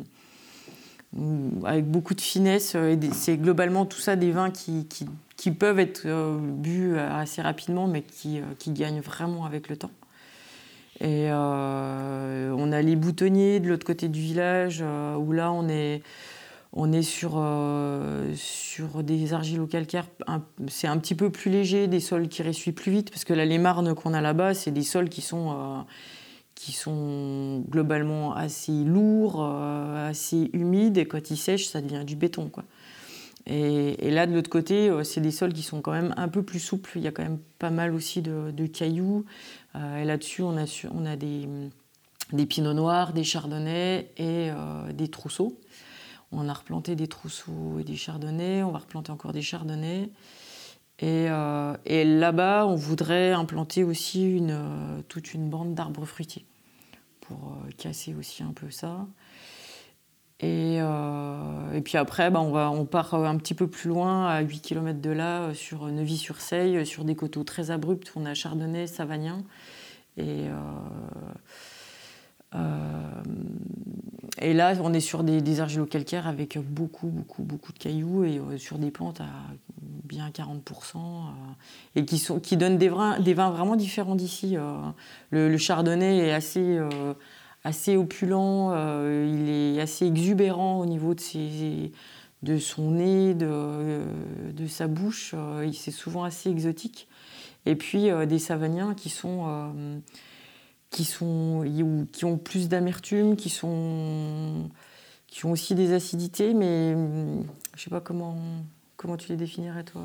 Avec beaucoup de finesse, et c'est globalement tout ça des vins qui peuvent être bu assez rapidement, mais qui gagnent vraiment avec le temps. Et on a les boutonniers de l'autre côté du village, où là on est sur des argilo-calcaires, c'est un petit peu plus léger, des sols qui ressuient plus vite, parce que là les marnes qu'on a là-bas, c'est des sols qui sont globalement assez lourds, assez humides, et quand ils sèchent, ça devient du béton, quoi. Et là, de l'autre côté, c'est des sols qui sont quand même un peu plus souples. Il y a quand même pas mal aussi de cailloux. Et là-dessus, on a des pinots noirs, des chardonnays et des trousseaux. On a replanté des trousseaux et des chardonnays. On va replanter encore des chardonnays. Et là-bas, on voudrait implanter aussi toute une bande d'arbres fruitiers pour casser aussi un peu ça. Et puis après, on part un petit peu plus loin, à 8 km de là, sur Neuvy-sur-Seille, sur des coteaux très abrupts. On a chardonnay, savagnin. Et là, on est sur des argilo-calcaires avec beaucoup de cailloux, et sur des plantes à bien 40%, et qui donnent des vins vraiment différents d'ici. Le chardonnay est assez opulent, il est assez exubérant au niveau de son nez, de sa bouche. C'est souvent assez exotique. Et puis des savagniens qui ont plus d'amertume, qui ont aussi des acidités, mais je sais pas comment tu les définirais, toi.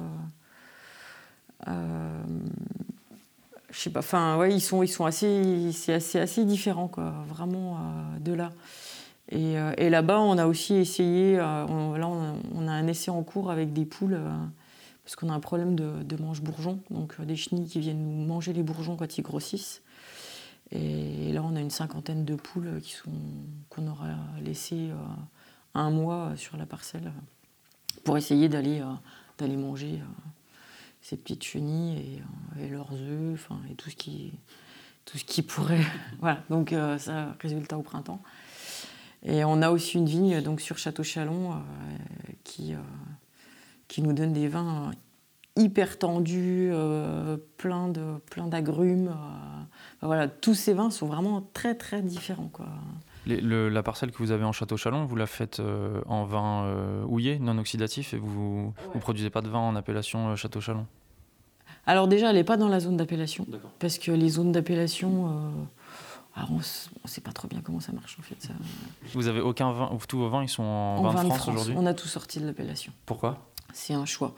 Je sais pas. Enfin, ouais, ils sont assez différents, quoi. Vraiment de là. Et là-bas, on a aussi essayé. On a un essai en cours avec des poules. Parce qu'on a un problème de mange-bourgeons, donc des chenilles qui viennent nous manger les bourgeons quand ils grossissent. Et là, on a une 50aine de poules qu'on aura laissées 1 mois sur la parcelle pour essayer d'aller manger ces petites chenilles et leurs œufs, et tout ce qui pourrait. Voilà, donc ça, résultat au printemps. Et on a aussi une vigne donc, sur Château-Chalon qui nous donne des vins hyper tendus, plein d'agrumes. Voilà, tous ces vins sont vraiment très très différents, quoi. La parcelle que vous avez en Château-Chalon, vous la faites en vin houillé, non oxydatif, et vous ne produisez pas de vin en appellation Château-Chalon? Alors déjà, elle n'est pas dans la zone d'appellation. D'accord. Parce que les zones d'appellation... on ne sait pas trop bien comment ça marche en fait. Ça... Vous avez aucun vin, tous vos vins ils sont en vin de France aujourd'hui? On a tout sorti de l'appellation. Pourquoi? C'est un choix.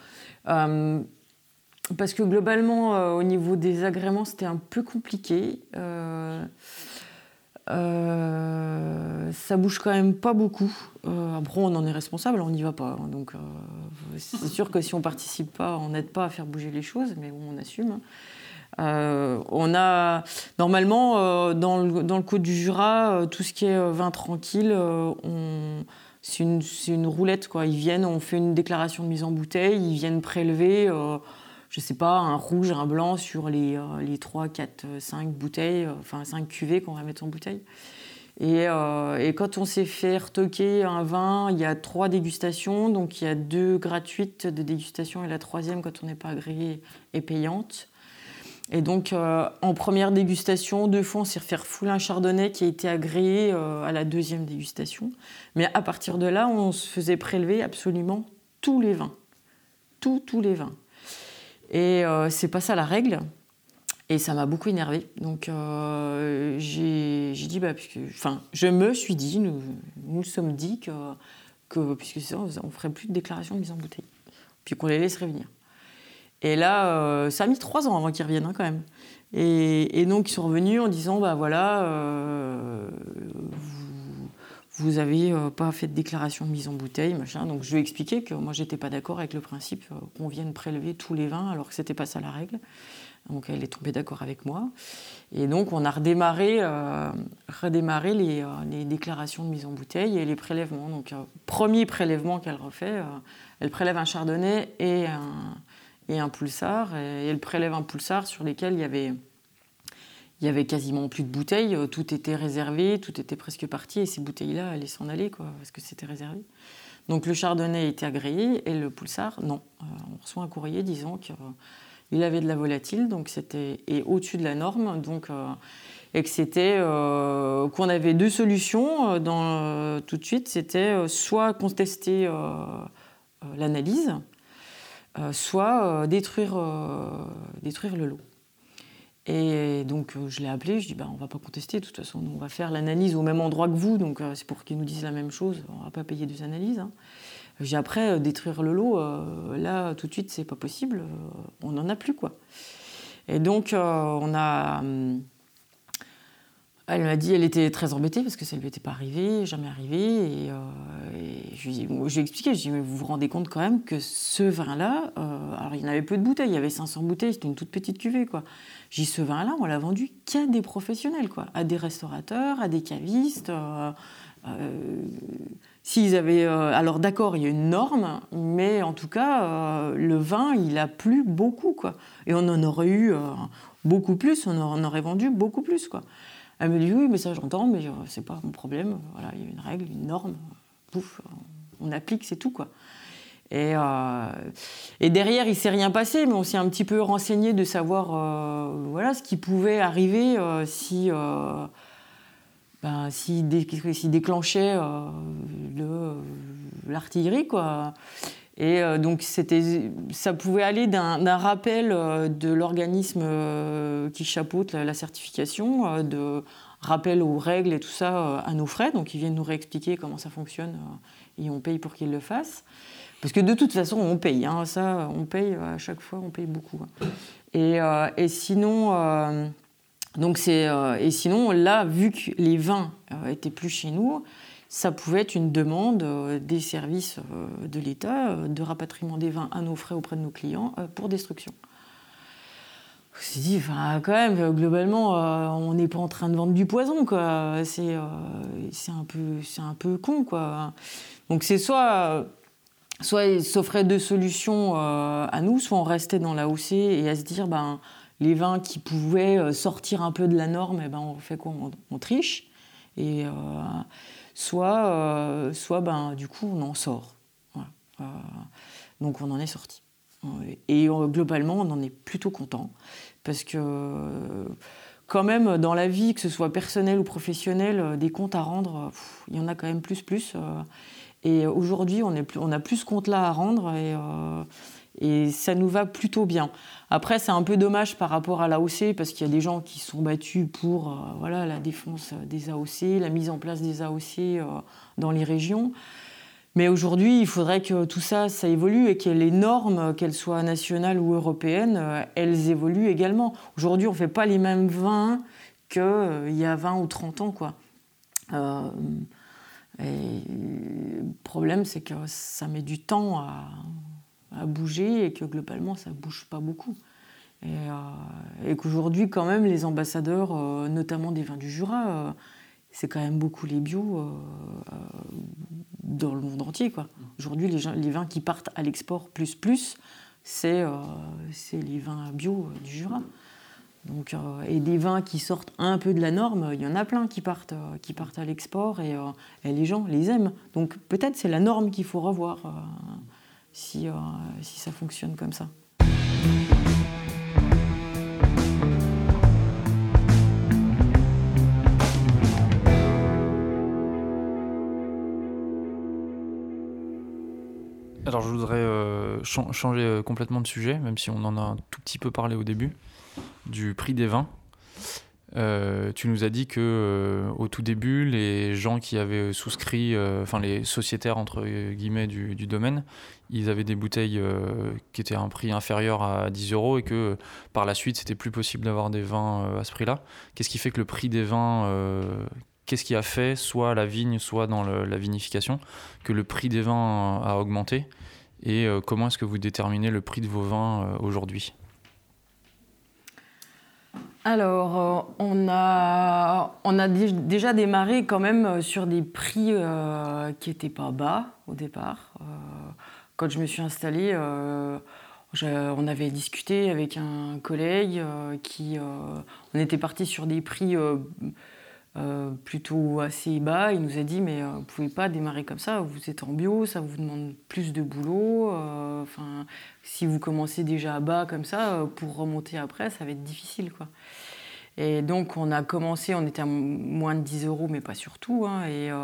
Parce que globalement, au niveau des agréments, c'était un peu compliqué. Ça bouge quand même pas beaucoup. Après, on en est responsable, on n'y va pas. Donc, c'est sûr que si on participe pas, on n'aide pas à faire bouger les choses, mais bon, on assume. On a normalement dans le Côte du Jura tout ce qui est vin tranquille, c'est une roulette, quoi. Ils viennent, on fait une déclaration de mise en bouteille, ils viennent prélever, je sais pas, un rouge, un blanc sur les 3, 4, 5 bouteilles, 5 cuvées qu'on va mettre en bouteille. Et quand on s'est fait retoquer un vin, il y a 3 dégustations, donc il y a 2 gratuites de dégustation et la 3e, quand on n'est pas agréé, est payante. Et donc, en première dégustation, 2 fois, on s'est fait refouler un chardonnay qui a été agréé à la 2e dégustation. Mais à partir de là, on se faisait prélever absolument tous les vins. Tous les vins. Et c'est pas ça la règle. Et ça m'a beaucoup énervée. Donc, j'ai dit, je me suis dit, nous sommes dit que puisque c'est ça, on ferait plus de déclaration de mise en bouteille. Puis qu'on les laisserait venir. Et là, ça a mis 3 ans avant qu'ils reviennent, quand même. Et donc, ils sont revenus en disant, vous avez pas fait de déclaration de mise en bouteille, machin. Donc, je lui ai expliqué que moi, j'étais pas d'accord avec le principe qu'on vienne prélever tous les vins, alors que c'était pas ça la règle. Donc, elle est tombée d'accord avec moi. Et donc, on a redémarré les déclarations de mise en bouteille et les prélèvements. Donc, premier prélèvement qu'elle refait, elle prélève un chardonnay et un pulsar, et elle prélève un pulsar sur lesquels il y avait quasiment plus de bouteilles, tout était réservé, tout était presque parti, et ces bouteilles-là allaient s'en aller, quoi, parce que c'était réservé. Donc le chardonnay était agréé, et le pulsar, non. On reçoit un courrier disant qu'il avait de la volatile, donc c'était au-dessus de la norme, donc, et que c'était qu'on avait 2 solutions tout de suite, c'était soit contester l'analyse, soit détruire le lot. Et donc je l'ai appelé, je dis on va pas contester, de toute façon on va faire l'analyse au même endroit que vous, donc c'est pour qu'ils nous disent la même chose, on va pas payer 2 analyses. Hein. J'ai après détruire le lot, là tout de suite c'est pas possible, on n'en a plus, quoi. Et donc elle m'a dit, elle était très embêtée parce que ça lui était pas arrivé, jamais arrivé. Et je lui ai expliqué, je lui ai dit, mais vous vous rendez compte quand même que ce vin-là, alors il y en avait peu de bouteilles, il y avait 500 bouteilles, c'était une toute petite cuvée, quoi. J'ai dit, ce vin-là, on l'a vendu qu'à des professionnels, quoi, à des restaurateurs, à des cavistes. S'ils avaient, alors d'accord, il y a une norme, mais en tout cas, le vin, il a plu beaucoup, quoi. Et on en aurait eu beaucoup plus, on en aurait vendu beaucoup plus, quoi. Elle me dit, oui, mais ça j'entends, mais c'est pas mon problème. Voilà, il y a une règle, une norme, pouf, on applique, c'est tout, quoi. Et derrière, il ne s'est rien passé, mais on s'est un petit peu renseigné de savoir ce qui pouvait arriver si s'il déclenchait l'artillerie, quoi. Et donc ça pouvait aller d'un rappel de l'organisme qui chapeaute la certification, de rappel aux règles et tout ça à nos frais. Donc ils viennent nous réexpliquer comment ça fonctionne et on paye pour qu'ils le fassent. Parce que de toute façon, on paye. Hein, ça, on paye à chaque fois, on paye beaucoup. Et sinon, et sinon, là, vu que les vins étaient plus chez nous, ça pouvait être une demande des services de l'État de rapatriement des vins à nos frais auprès de nos clients pour destruction. On s'est dit, quand même, globalement, on n'est pas en train de vendre du poison, quoi. C'est un peu con, quoi. Donc c'est soit il s'offrait deux solutions à nous, soit on restait dans l'AOC et à se dire, les vins qui pouvaient sortir un peu de la norme, on fait quoi ? On triche. Et soit du coup, on en sort. Voilà. Donc on en est sorti. Et globalement, on en est plutôt content. Parce que quand même, dans la vie, que ce soit personnelle ou professionnelle, des comptes à rendre, il y en a quand même plus. Et aujourd'hui, on a plus ce compte-là à rendre et ça nous va plutôt bien. Après, c'est un peu dommage par rapport à l'AOC parce qu'il y a des gens qui se sont battus pour la défense des AOC, la mise en place des AOC dans les régions. Mais aujourd'hui, il faudrait que tout ça évolue et que les normes, qu'elles soient nationales ou européennes, elles évoluent également. Aujourd'hui, on ne fait pas les mêmes vins qu'il y a 20 ou 30 ans, quoi. Et le problème, c'est que ça met du temps à bouger et que globalement, ça ne bouge pas beaucoup. Et qu'aujourd'hui, quand même, les ambassadeurs, notamment des vins du Jura, c'est quand même beaucoup les bio dans le monde entier, quoi. Aujourd'hui, les vins qui partent à l'export c'est les vins bio du Jura. Donc, et des vins qui sortent un peu de la norme, il y en a plein qui partent à l'export et les gens les aiment. Donc peut-être c'est la norme qu'il faut revoir si ça fonctionne comme ça. Alors je voudrais changer complètement de sujet, même si on en a un tout petit peu parlé au début, du prix des vins. Tu nous as dit que au tout début, les gens qui avaient souscrit, les sociétaires entre guillemets du domaine, ils avaient des bouteilles qui étaient à un prix inférieur à 10 € et que par la suite, c'était plus possible d'avoir des vins à ce prix-là. Qu'est-ce qui fait que le prix des vins, qu'est-ce qui a fait, soit à la vigne, soit dans la vinification, que le prix des vins a augmenté et comment est-ce que vous déterminez le prix de vos vins aujourd'hui ? Alors, on a déjà démarré quand même sur des prix qui n'étaient pas bas au départ. Quand je me suis installée, on avait discuté avec un collègue on était parti sur des prix plutôt assez bas. Il nous a dit, mais vous ne pouvez pas démarrer comme ça, vous êtes en bio, ça vous demande plus de boulot. Si vous commencez déjà à bas comme ça, pour remonter après, ça va être difficile, quoi. Et donc on a commencé, on était à moins de 10 €, mais pas sur tout. Hein,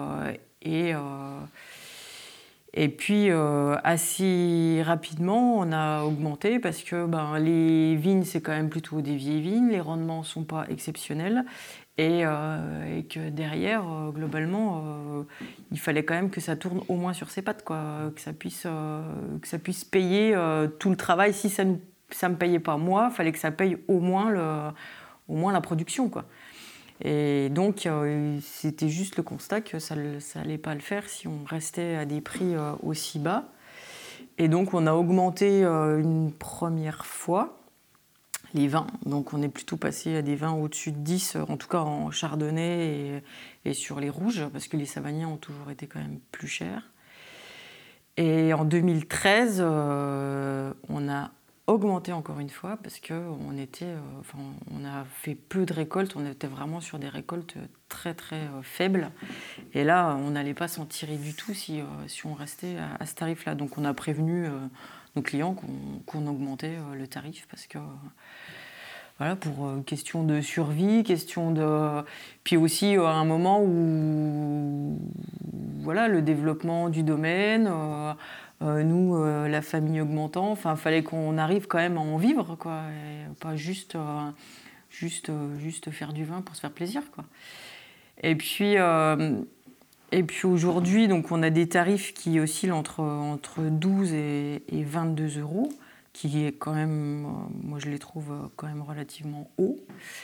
et puis assez rapidement, on a augmenté parce que les vignes, c'est quand même plutôt des vieilles vignes, les rendements ne sont pas exceptionnels. Et que derrière, globalement, il fallait quand même que ça tourne au moins sur ses pattes, quoi, que ça puisse payer tout le travail. Si ça me payait pas moi, il fallait que ça paye au moins la production, quoi. Et donc, c'était juste le constat que ça allait pas le faire si on restait à des prix aussi bas. Et donc, on a augmenté une première fois les vins. Donc on est plutôt passé à des vins au-dessus de 10, en tout cas en chardonnay et sur les rouges, parce que les savagniens ont toujours été quand même plus chers. Et en 2013, on a augmenté encore une fois, parce qu'on on a fait peu de récoltes, on était vraiment sur des récoltes très très faibles. Et là, on n'allait pas s'en tirer du tout si on restait à ce tarif-là. Donc on a prévenu nos clients qu'on augmentait le tarif voilà, pour question de survie, puis aussi à un moment où voilà, le développement du domaine, nous, la famille augmentant, enfin, fallait qu'on arrive quand même à en vivre, quoi, et pas juste faire du vin pour se faire plaisir, quoi. Et puis aujourd'hui, donc, on a des tarifs qui oscillent entre 12 et 22 euros, qui est quand même, moi je les trouve quand même relativement hauts.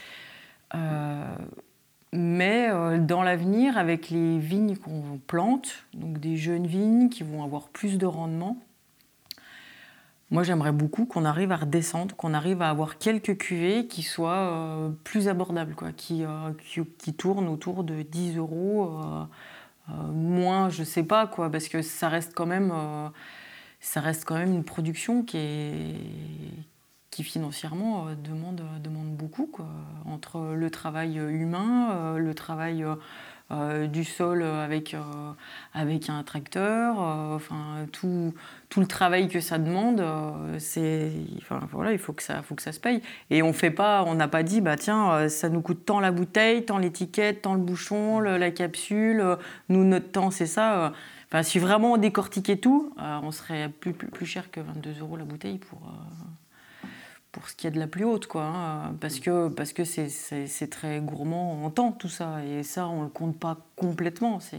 Mais dans l'avenir, avec les vignes qu'on plante, donc des jeunes vignes qui vont avoir plus de rendement, moi j'aimerais beaucoup qu'on arrive à redescendre, qu'on arrive à avoir quelques cuvées qui soient plus abordables, quoi, qui tournent autour de 10 euros, moins, je sais pas, quoi, parce que ça reste quand même une production qui financièrement demande beaucoup, quoi. Entre le travail humain, le travail du sol avec un tracteur, enfin tout le travail que ça demande, voilà, il faut que ça se paye. Et on n'a pas dit bah tiens, ça nous coûte tant la bouteille, tant l'étiquette, tant le bouchon, la capsule, nous notre temps c'est ça. Enfin, si vraiment on décortiquait tout, on serait plus cher que 22 euros la bouteille pour ce qu'il y a de la plus haute, quoi, hein, parce que c'est très gourmand en temps, tout ça, et ça on le compte pas complètement, c'est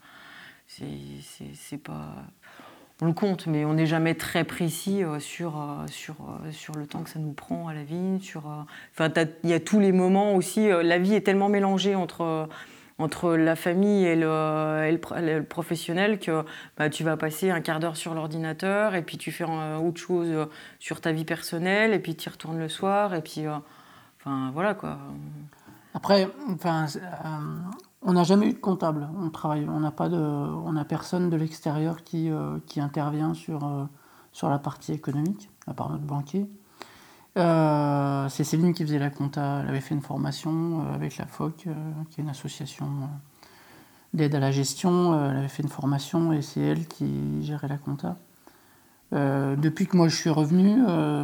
pas, on le compte, mais on n'est jamais très précis sur le temps que ça nous prend à la vigne, enfin il y a tous les moments aussi, la vie est tellement mélangée entre la famille et le professionnel que bah, tu vas passer un quart d'heure sur l'ordinateur et puis tu fais autre chose sur ta vie personnelle et puis tu y retournes le soir et puis enfin voilà quoi. Après, on n'a jamais eu de comptable. On n'a personne de l'extérieur qui intervient sur la partie économique, à part notre banquier. C'est Céline qui faisait la compta. Elle avait fait une formation avec la FOC, qui est une association d'aide à la gestion. Elle avait fait une formation et c'est elle qui gérait la compta. Depuis que moi je suis revenu,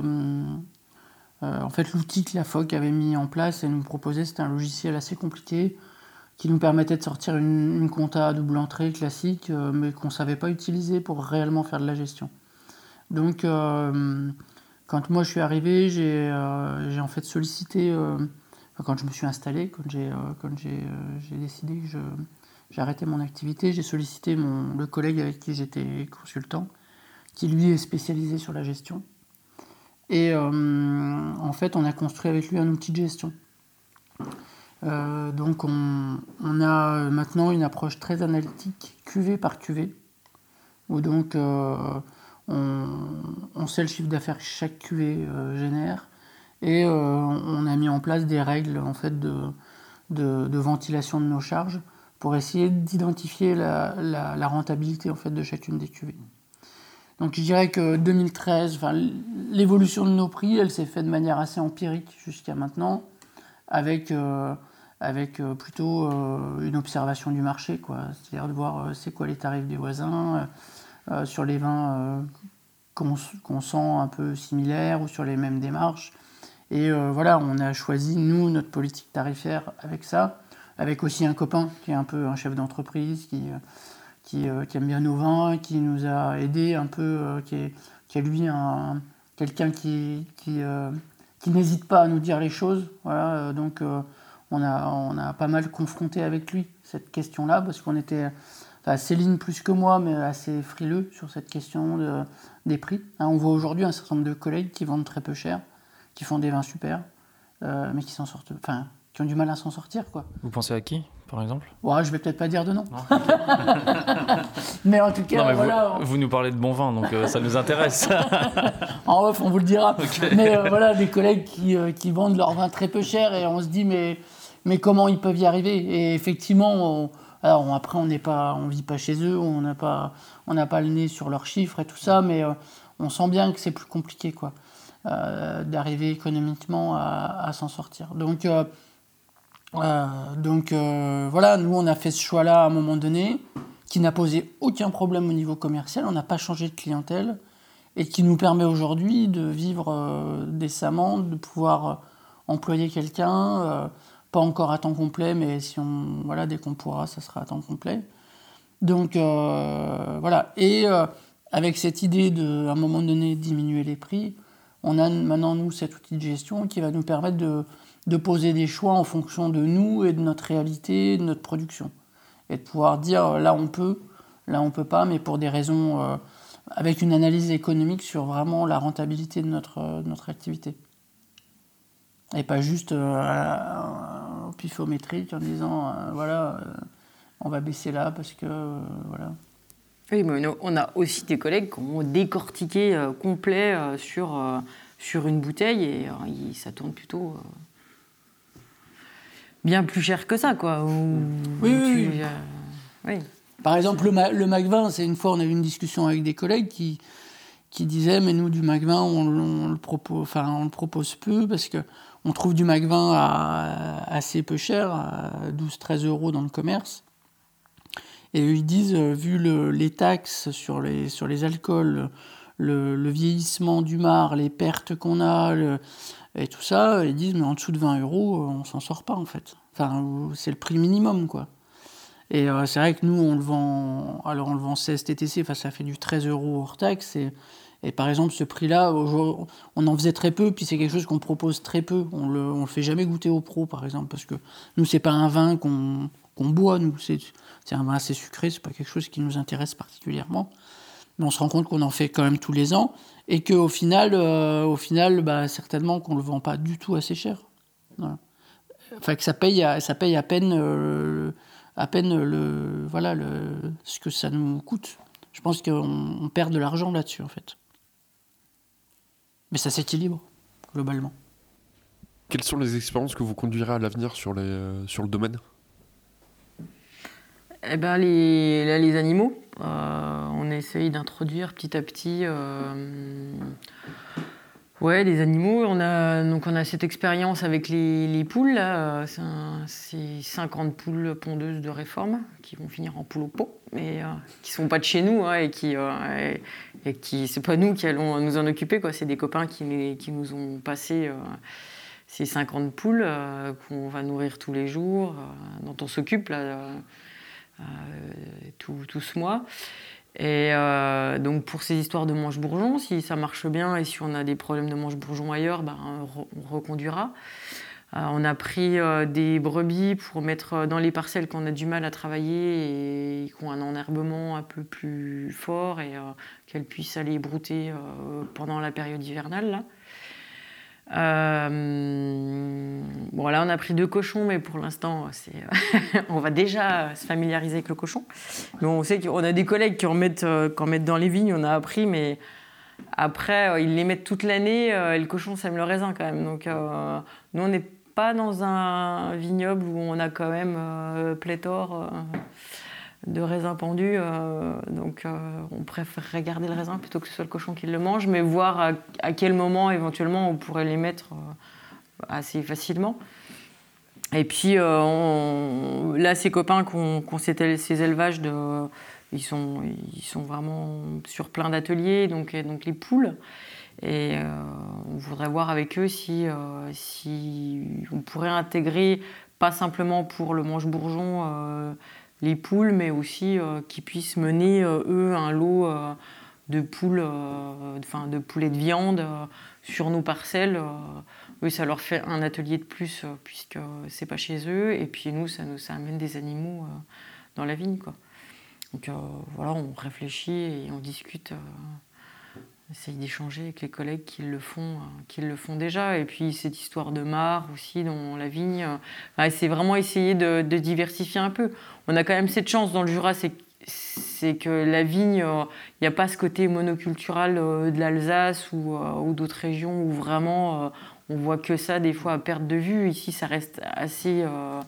en fait l'outil que la FOC avait mis en place et nous proposait, c'était un logiciel assez compliqué qui nous permettait de sortir une compta à double entrée classique, mais qu'on ne savait pas utiliser pour réellement faire de la gestion. Donc quand moi je suis arrivé, j'ai en fait sollicité, quand je me suis installé, quand j'ai décidé que j'arrêtais mon activité, j'ai sollicité le collègue avec qui j'étais consultant, qui lui est spécialisé sur la gestion. Et en fait, on a construit avec lui un outil de gestion. Donc on a maintenant une approche très analytique, cuvée par cuvée, où donc on sait le chiffre d'affaires que chaque cuvée génère et on a mis en place des règles en fait de ventilation de nos charges pour essayer d'identifier la rentabilité en fait de chacune des cuvées. Donc je dirais que 2013, l'évolution de nos prix, elle s'est faite de manière assez empirique jusqu'à maintenant, avec plutôt une observation du marché, quoi. C'est-à-dire de voir c'est quoi les tarifs des voisins, sur les vins qu'on sent un peu similaires ou sur les mêmes démarches. Et voilà, on a choisi, nous, notre politique tarifaire avec ça, avec aussi un copain qui est un peu un chef d'entreprise, qui aime bien nos vins, qui nous a aidés un peu, qui est lui quelqu'un qui n'hésite pas à nous dire les choses. Voilà, donc on a pas mal confronté avec lui cette question-là, parce qu'on était... Céline plus que moi, mais assez frileux sur cette question des prix. On voit aujourd'hui un certain nombre de collègues qui vendent très peu cher, qui font des vins super, mais qui ont du mal à s'en sortir, quoi. Vous pensez à qui, par exemple ? Ouais, je vais peut-être pas dire de nom. Mais en tout cas, non, mais voilà. Vous nous parlez de bon vin, donc ça nous intéresse. En off, on vous le dira. Okay. Mais voilà, des collègues qui vendent leur vin très peu cher et on se dit mais comment ils peuvent y arriver ? Et effectivement, après on vit pas chez eux, on n'a pas le nez sur leurs chiffres et tout ça, mais on sent bien que c'est plus compliqué, quoi, d'arriver économiquement à s'en sortir. Donc voilà, nous on a fait ce choix-là à un moment donné, qui n'a posé aucun problème au niveau commercial, on n'a pas changé de clientèle, et qui nous permet aujourd'hui de vivre décemment, de pouvoir employer quelqu'un, pas encore à temps complet, mais dès qu'on pourra, ça sera à temps complet. Donc voilà. Et avec cette idée à un moment donné, diminuer les prix, on a maintenant, nous, cet outil de gestion qui va nous permettre de poser des choix en fonction de nous et de notre réalité, de notre production. Et de pouvoir dire, là on peut pas, mais pour des raisons, avec une analyse économique sur vraiment la rentabilité de notre activité. Et pas juste au pifométrique en disant, on va baisser là parce que, voilà. Oui, mais on a aussi des collègues qui ont décortiqué complet sur une bouteille et ça tourne plutôt bien plus cher que ça, quoi. Oui. Oui. Par exemple, le Mac20, c'est une fois, on a eu une discussion avec des collègues qui disaient, mais nous, du Mac20, on le propose peu parce qu'on trouve du Mac20 assez peu cher, à 12-13 € dans le commerce. Et ils disent, vu les taxes sur les alcools, le vieillissement du marc, les pertes qu'on a, et tout ça, ils disent, mais en dessous de 20 €, on s'en sort pas, en fait. Enfin, c'est le prix minimum, quoi. Et c'est vrai que nous, on le vend 16 TTC, ça fait du 13 € hors taxe. Et par exemple, ce prix-là, on en faisait très peu, puis c'est quelque chose qu'on propose très peu. On le fait jamais goûter aux pros, par exemple, parce que nous, c'est pas un vin qu'on boit, nous, c'est un vin assez sucré, c'est pas quelque chose qui nous intéresse particulièrement. Mais on se rend compte qu'on en fait quand même tous les ans, et qu'au final, certainement qu'on le vend pas du tout assez cher. Voilà. Enfin, que ça paye à peine ce que ça nous coûte. Je pense qu'on perd de l'argent là-dessus, en fait. Mais ça s'équilibre, globalement. Quelles sont les expériences que vous conduirez à l'avenir sur le domaine ? Eh ben, les animaux. On essaye d'introduire petit à petit des animaux. On a cette expérience avec les poules. Là. C'est 50 poules pondeuses de réforme qui vont finir en poules au pot, mais qui ne sont pas de chez nous et qui c'est pas nous qui allons nous en occuper, quoi. C'est des copains qui nous ont passé ces 50 poules qu'on va nourrir tous les jours, dont on s'occupe là, tout ce mois. Et donc pour ces histoires de mange-bourgeons, si ça marche bien et si on a des problèmes de mange-bourgeons ailleurs, on reconduira. On a pris des brebis pour mettre dans les parcelles qu'on a du mal à travailler et qui ont un enherbement un peu plus fort et qu'elles puissent aller brouter pendant la période hivernale, là. Là, on a pris 2 cochons, mais pour l'instant, on va déjà se familiariser avec le cochon. Mais on sait qu'on a des collègues qui en mettent dans les vignes, on a appris, mais après, ils les mettent toute l'année, et le cochon sème le raisin quand même. Donc, nous, on n'est pas dans un vignoble où on a quand même pléthore de raisins pendus. Donc, on préférerait garder le raisin plutôt que ce soit le cochon qui le mange, mais voir à quel moment, éventuellement, on pourrait les mettre assez facilement. Et puis, là, ces copains qui ont ces élevages, ils sont vraiment sur plein d'ateliers, donc les poules. Et on voudrait voir avec eux si on pourrait intégrer, pas simplement pour le mange-bourgeon, les poules, mais aussi qu'ils puissent mener, eux, un lot de poules, de poulets de viande sur nos parcelles. Eux, ça leur fait un atelier de plus, puisque c'est pas chez eux. Et puis nous, ça amène des animaux dans la vigne, quoi. Donc on réfléchit et on discute. On essaye d'échanger avec les collègues qui le font déjà. Et puis cette histoire de marc aussi dans la vigne, c'est vraiment essayer de diversifier un peu. On a quand même cette chance dans le Jura, c'est que la vigne, il n'y a pas ce côté monocultural de l'Alsace ou d'autres régions où vraiment on voit que ça des fois à perte de vue. Ici, ça reste assez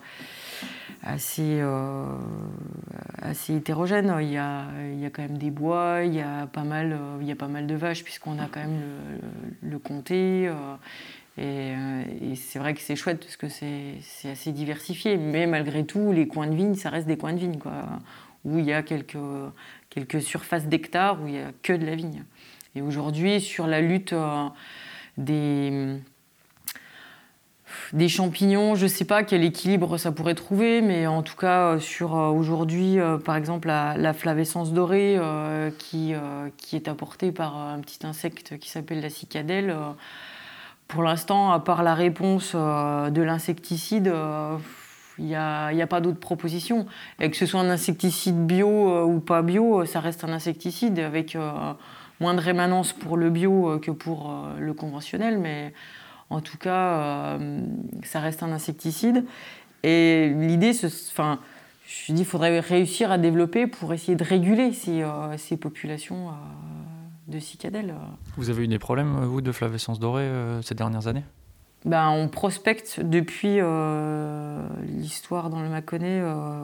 hétérogène. Il y a quand même des bois, il y a pas mal de vaches puisqu'on a quand même le comté. Et c'est vrai que c'est chouette parce que c'est assez diversifié. Mais malgré tout, les coins de vigne, ça reste des coins de vigne, quoi, où il y a quelques surfaces d'hectares où il n'y a que de la vigne. Et aujourd'hui, sur la lutte Des champignons, je ne sais pas quel équilibre ça pourrait trouver, mais en tout cas, aujourd'hui, par exemple, la flavescence dorée qui est apportée par un petit insecte qui s'appelle la cicadelle, pour l'instant, à part la réponse de l'insecticide, il n'y a pas d'autres propositions. Et que ce soit un insecticide bio ou pas bio, ça reste un insecticide avec moins de rémanence pour le bio que pour le conventionnel, mais en tout cas, ça reste un insecticide. Et l'idée, je dis, il faudrait réussir à développer pour essayer de réguler ces populations de cicadelles. Vous avez eu des problèmes, vous, de flavescence dorée ces dernières années ? On prospecte depuis l'histoire dans le Mâconnais.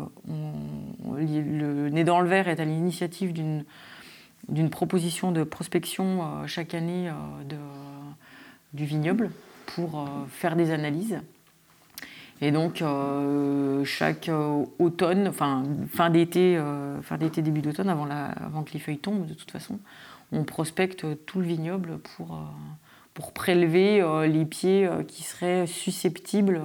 Le Nez dans le verre est à l'initiative d'une proposition de prospection chaque année du vignoble pour faire des analyses. Et donc, chaque automne, fin d'été, début d'automne, avant que les feuilles tombent, de toute façon, on prospecte tout le vignoble pour prélever les pieds qui seraient susceptibles,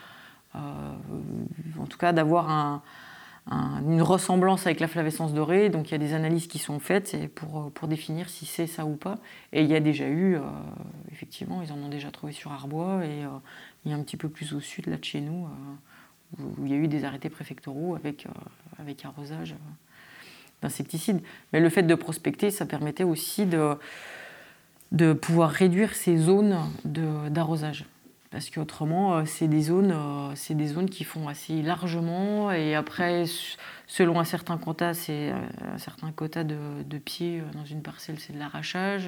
en tout cas, d'avoir une ressemblance avec la flavescence dorée. Donc il y a des analyses qui sont faites pour définir si c'est ça ou pas. Et il y a déjà eu, effectivement, ils en ont déjà trouvé sur Arbois et il y a un petit peu plus au sud, là de chez nous, où il y a eu des arrêtés préfectoraux avec arrosage d'insecticides. Mais le fait de prospecter, ça permettait aussi de pouvoir réduire ces zones d'arrosage. Parce qu'autrement, c'est des zones qui font assez largement. Et après, selon un certain quota, c'est un certain quota de pieds dans une parcelle, c'est de l'arrachage.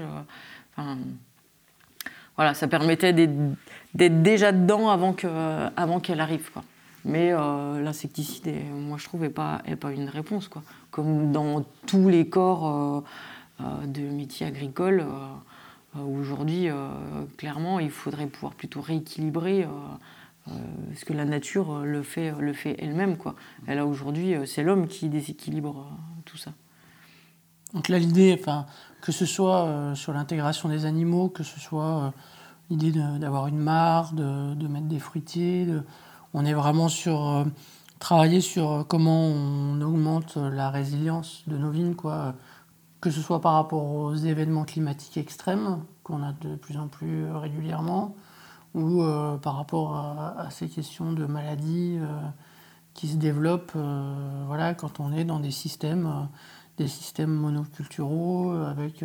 Voilà, ça permettait d'être déjà dedans avant qu'elle arrive, quoi. Mais l'insecticide, moi je trouve, n'est pas une réponse, quoi. Comme dans tous les corps de métiers agricoles. Aujourd'hui, clairement, il faudrait pouvoir plutôt rééquilibrer parce que la nature le fait elle-même, quoi. Et là, aujourd'hui, c'est l'homme qui déséquilibre tout ça. Donc là, l'idée, que ce soit sur l'intégration des animaux, que ce soit l'idée d'avoir une mare, de mettre des fruitiers, on est vraiment sur travailler sur comment on augmente la résilience de nos vignes, quoi. Que ce soit par rapport aux événements climatiques extrêmes qu'on a de plus en plus régulièrement, ou par rapport à ces questions de maladies qui se développent quand on est dans des systèmes monoculturaux avec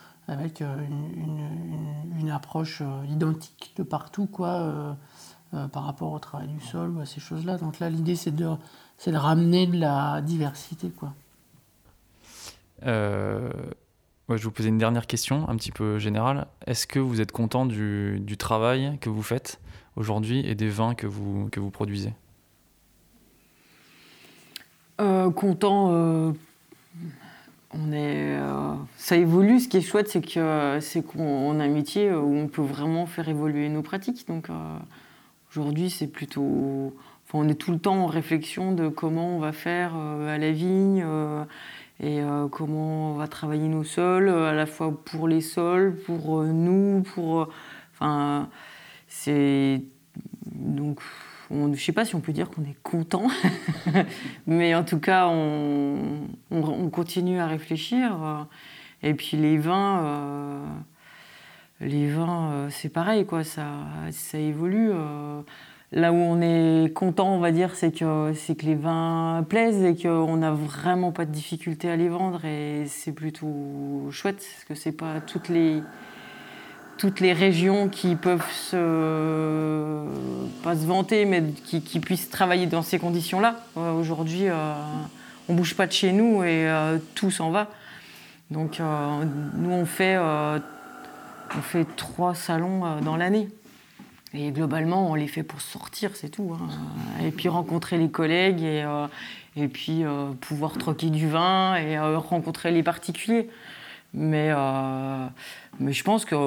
une approche identique de partout, quoi, par rapport au travail du sol ou à ces choses-là. Donc là, l'idée, c'est de ramener de la diversité, quoi. Je vais vous poser une dernière question, un petit peu générale. Est-ce que vous êtes content du travail que vous faites aujourd'hui et des vins que vous produisez ? Content, ça évolue. Ce qui est chouette, c'est qu'on a un métier où on peut vraiment faire évoluer nos pratiques. Donc aujourd'hui, c'est plutôt... on est tout le temps en réflexion de comment on va faire à la vigne et comment on va travailler nos sols, à la fois pour les sols, pour nous, c'est... Donc, je ne sais pas si on peut dire qu'on est content, mais en tout cas, on continue à réfléchir. Et puis les vins, c'est pareil, quoi, ça évolue. Là où on est content, on va dire, c'est que les vins plaisent et qu'on n'a vraiment pas de difficulté à les vendre. Et c'est plutôt chouette, parce que c'est pas toutes les régions qui peuvent pas se vanter, mais qui puissent travailler dans ces conditions-là. Aujourd'hui, on bouge pas de chez nous et tout s'en va. Donc nous, on fait 3 salons dans l'année. Et globalement, on les fait pour sortir, c'est tout, hein. Et puis rencontrer les collègues et puis pouvoir troquer du vin et rencontrer les particuliers. Mais je pense que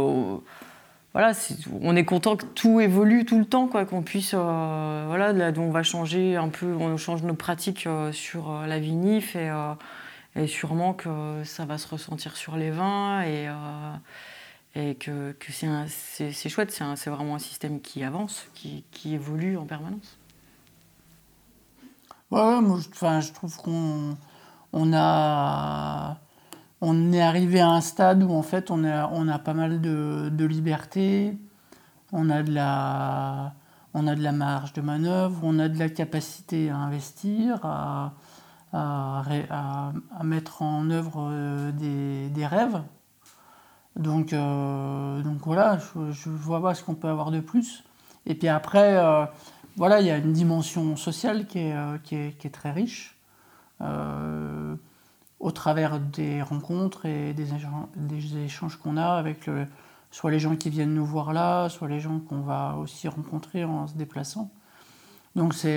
on est content que tout évolue tout le temps, quoi, qu'on puisse là, on va changer un peu, on change nos pratiques sur la vinif et sûrement que ça va se ressentir sur les vins et que c'est chouette, c'est vraiment un système qui avance, qui évolue en permanence. Ouais, moi, je trouve qu'on est arrivé à un stade où en fait on a pas mal de liberté, on a de la marge de manœuvre, on a de la capacité à investir, à mettre en œuvre des rêves. Donc voilà, je vois pas ce qu'on peut avoir de plus. Et puis après, voilà, il y a une dimension sociale qui est très riche, au travers des rencontres et des échanges qu'on a avec soit les gens qui viennent nous voir là, soit les gens qu'on va aussi rencontrer en se déplaçant. Donc c'est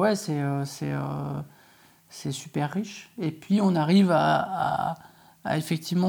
super riche. Et puis on arrive à effectivement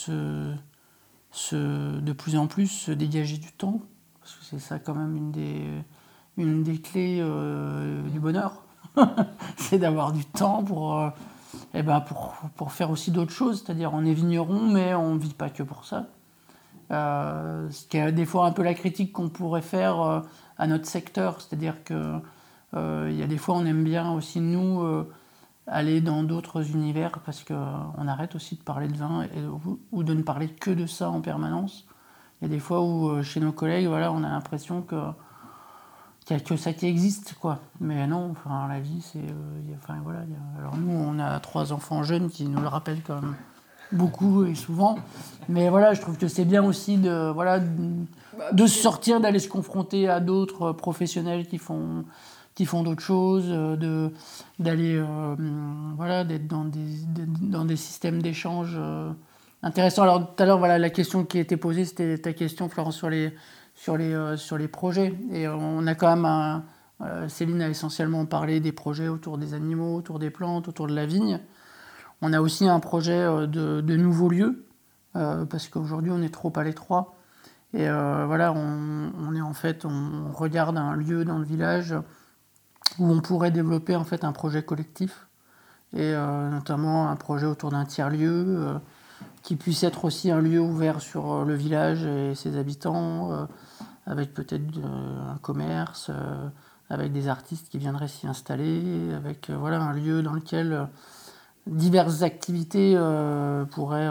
de plus en plus se dégager du temps, parce que c'est ça quand même une des clés du bonheur. C'est d'avoir du temps pour faire aussi d'autres choses. C'est-à-dire on est vigneron, mais on ne vit pas que pour ça. Ce qui est des fois un peu la critique qu'on pourrait faire à notre secteur. C'est-à-dire que y a des fois on aime bien aussi nous aller dans d'autres univers, parce qu'on arrête aussi de parler de vin ou de ne parler que de ça en permanence. Il y a des fois où chez nos collègues, voilà, on a l'impression qu'il n'y a que ça qui existe, quoi. Mais non, enfin, la vie, c'est... Alors nous, on a 3 enfants jeunes qui nous le rappellent quand même beaucoup et souvent. Mais voilà, je trouve que c'est bien aussi de se sortir, d'aller se confronter à d'autres professionnels qui font d'autres choses, d'aller d'être dans des systèmes d'échange intéressants. Alors tout à l'heure, voilà, la question qui a été posée, c'était ta question, Florence, sur les projets. Et on a quand même Céline a essentiellement parlé des projets autour des animaux, autour des plantes, autour de la vigne. On a aussi un projet de nouveaux lieux, parce qu'aujourd'hui on est trop à l'étroit. Et voilà, on regarde un lieu dans le village où on pourrait développer en fait un projet collectif, et notamment un projet autour d'un tiers-lieu qui puisse être aussi un lieu ouvert sur le village et ses habitants, avec peut-être un commerce, avec des artistes qui viendraient s'y installer, avec un lieu dans lequel diverses activités pourraient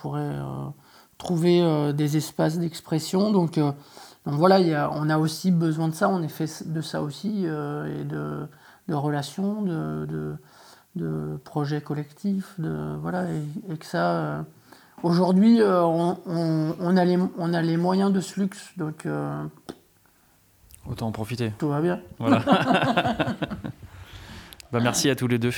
trouver des espaces d'expression. Donc voilà, on a aussi besoin de ça, on est fait de ça aussi, et de relations, de projets collectifs, et que ça... Aujourd'hui, on a les moyens de ce luxe, donc... Autant en profiter. Tout va bien. Voilà. Merci à tous les deux.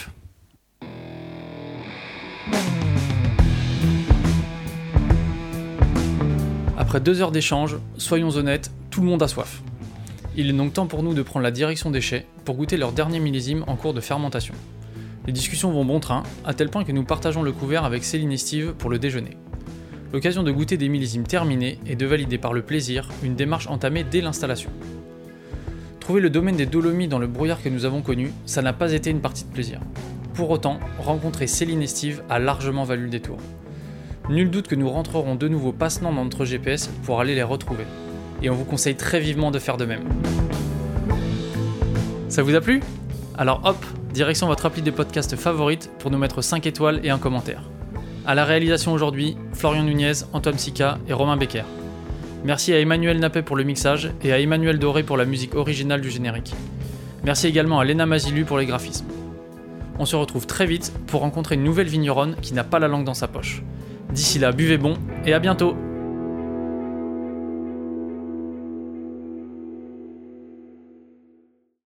Après 2 heures d'échange, soyons honnêtes, tout le monde a soif. Il est donc temps pour nous de prendre la direction des chais pour goûter leur dernier millésime en cours de fermentation. Les discussions vont bon train, à tel point que nous partageons le couvert avec Céline et Steve pour le déjeuner. L'occasion de goûter des millésimes terminés et de valider par le plaisir une démarche entamée dès l'installation. Trouver le domaine des Dolomies dans le brouillard que nous avons connu, ça n'a pas été une partie de plaisir. Pour autant, rencontrer Céline et Steve a largement valu le détour. Nul doute que nous rentrerons de nouveau passant dans notre GPS pour aller les retrouver. Et on vous conseille très vivement de faire de même. Ça vous a plu ? Alors hop, direction votre appli de podcast favorite pour nous mettre 5 étoiles et un commentaire. À la réalisation aujourd'hui, Florian Nunez, Antoine Sica et Romain Becker. Merci à Emmanuel Nappet pour le mixage et à Emmanuel Doré pour la musique originale du générique. Merci également à Léna Mazilu pour les graphismes. On se retrouve très vite pour rencontrer une nouvelle vigneronne qui n'a pas la langue dans sa poche. D'ici là, buvez bon et à bientôt!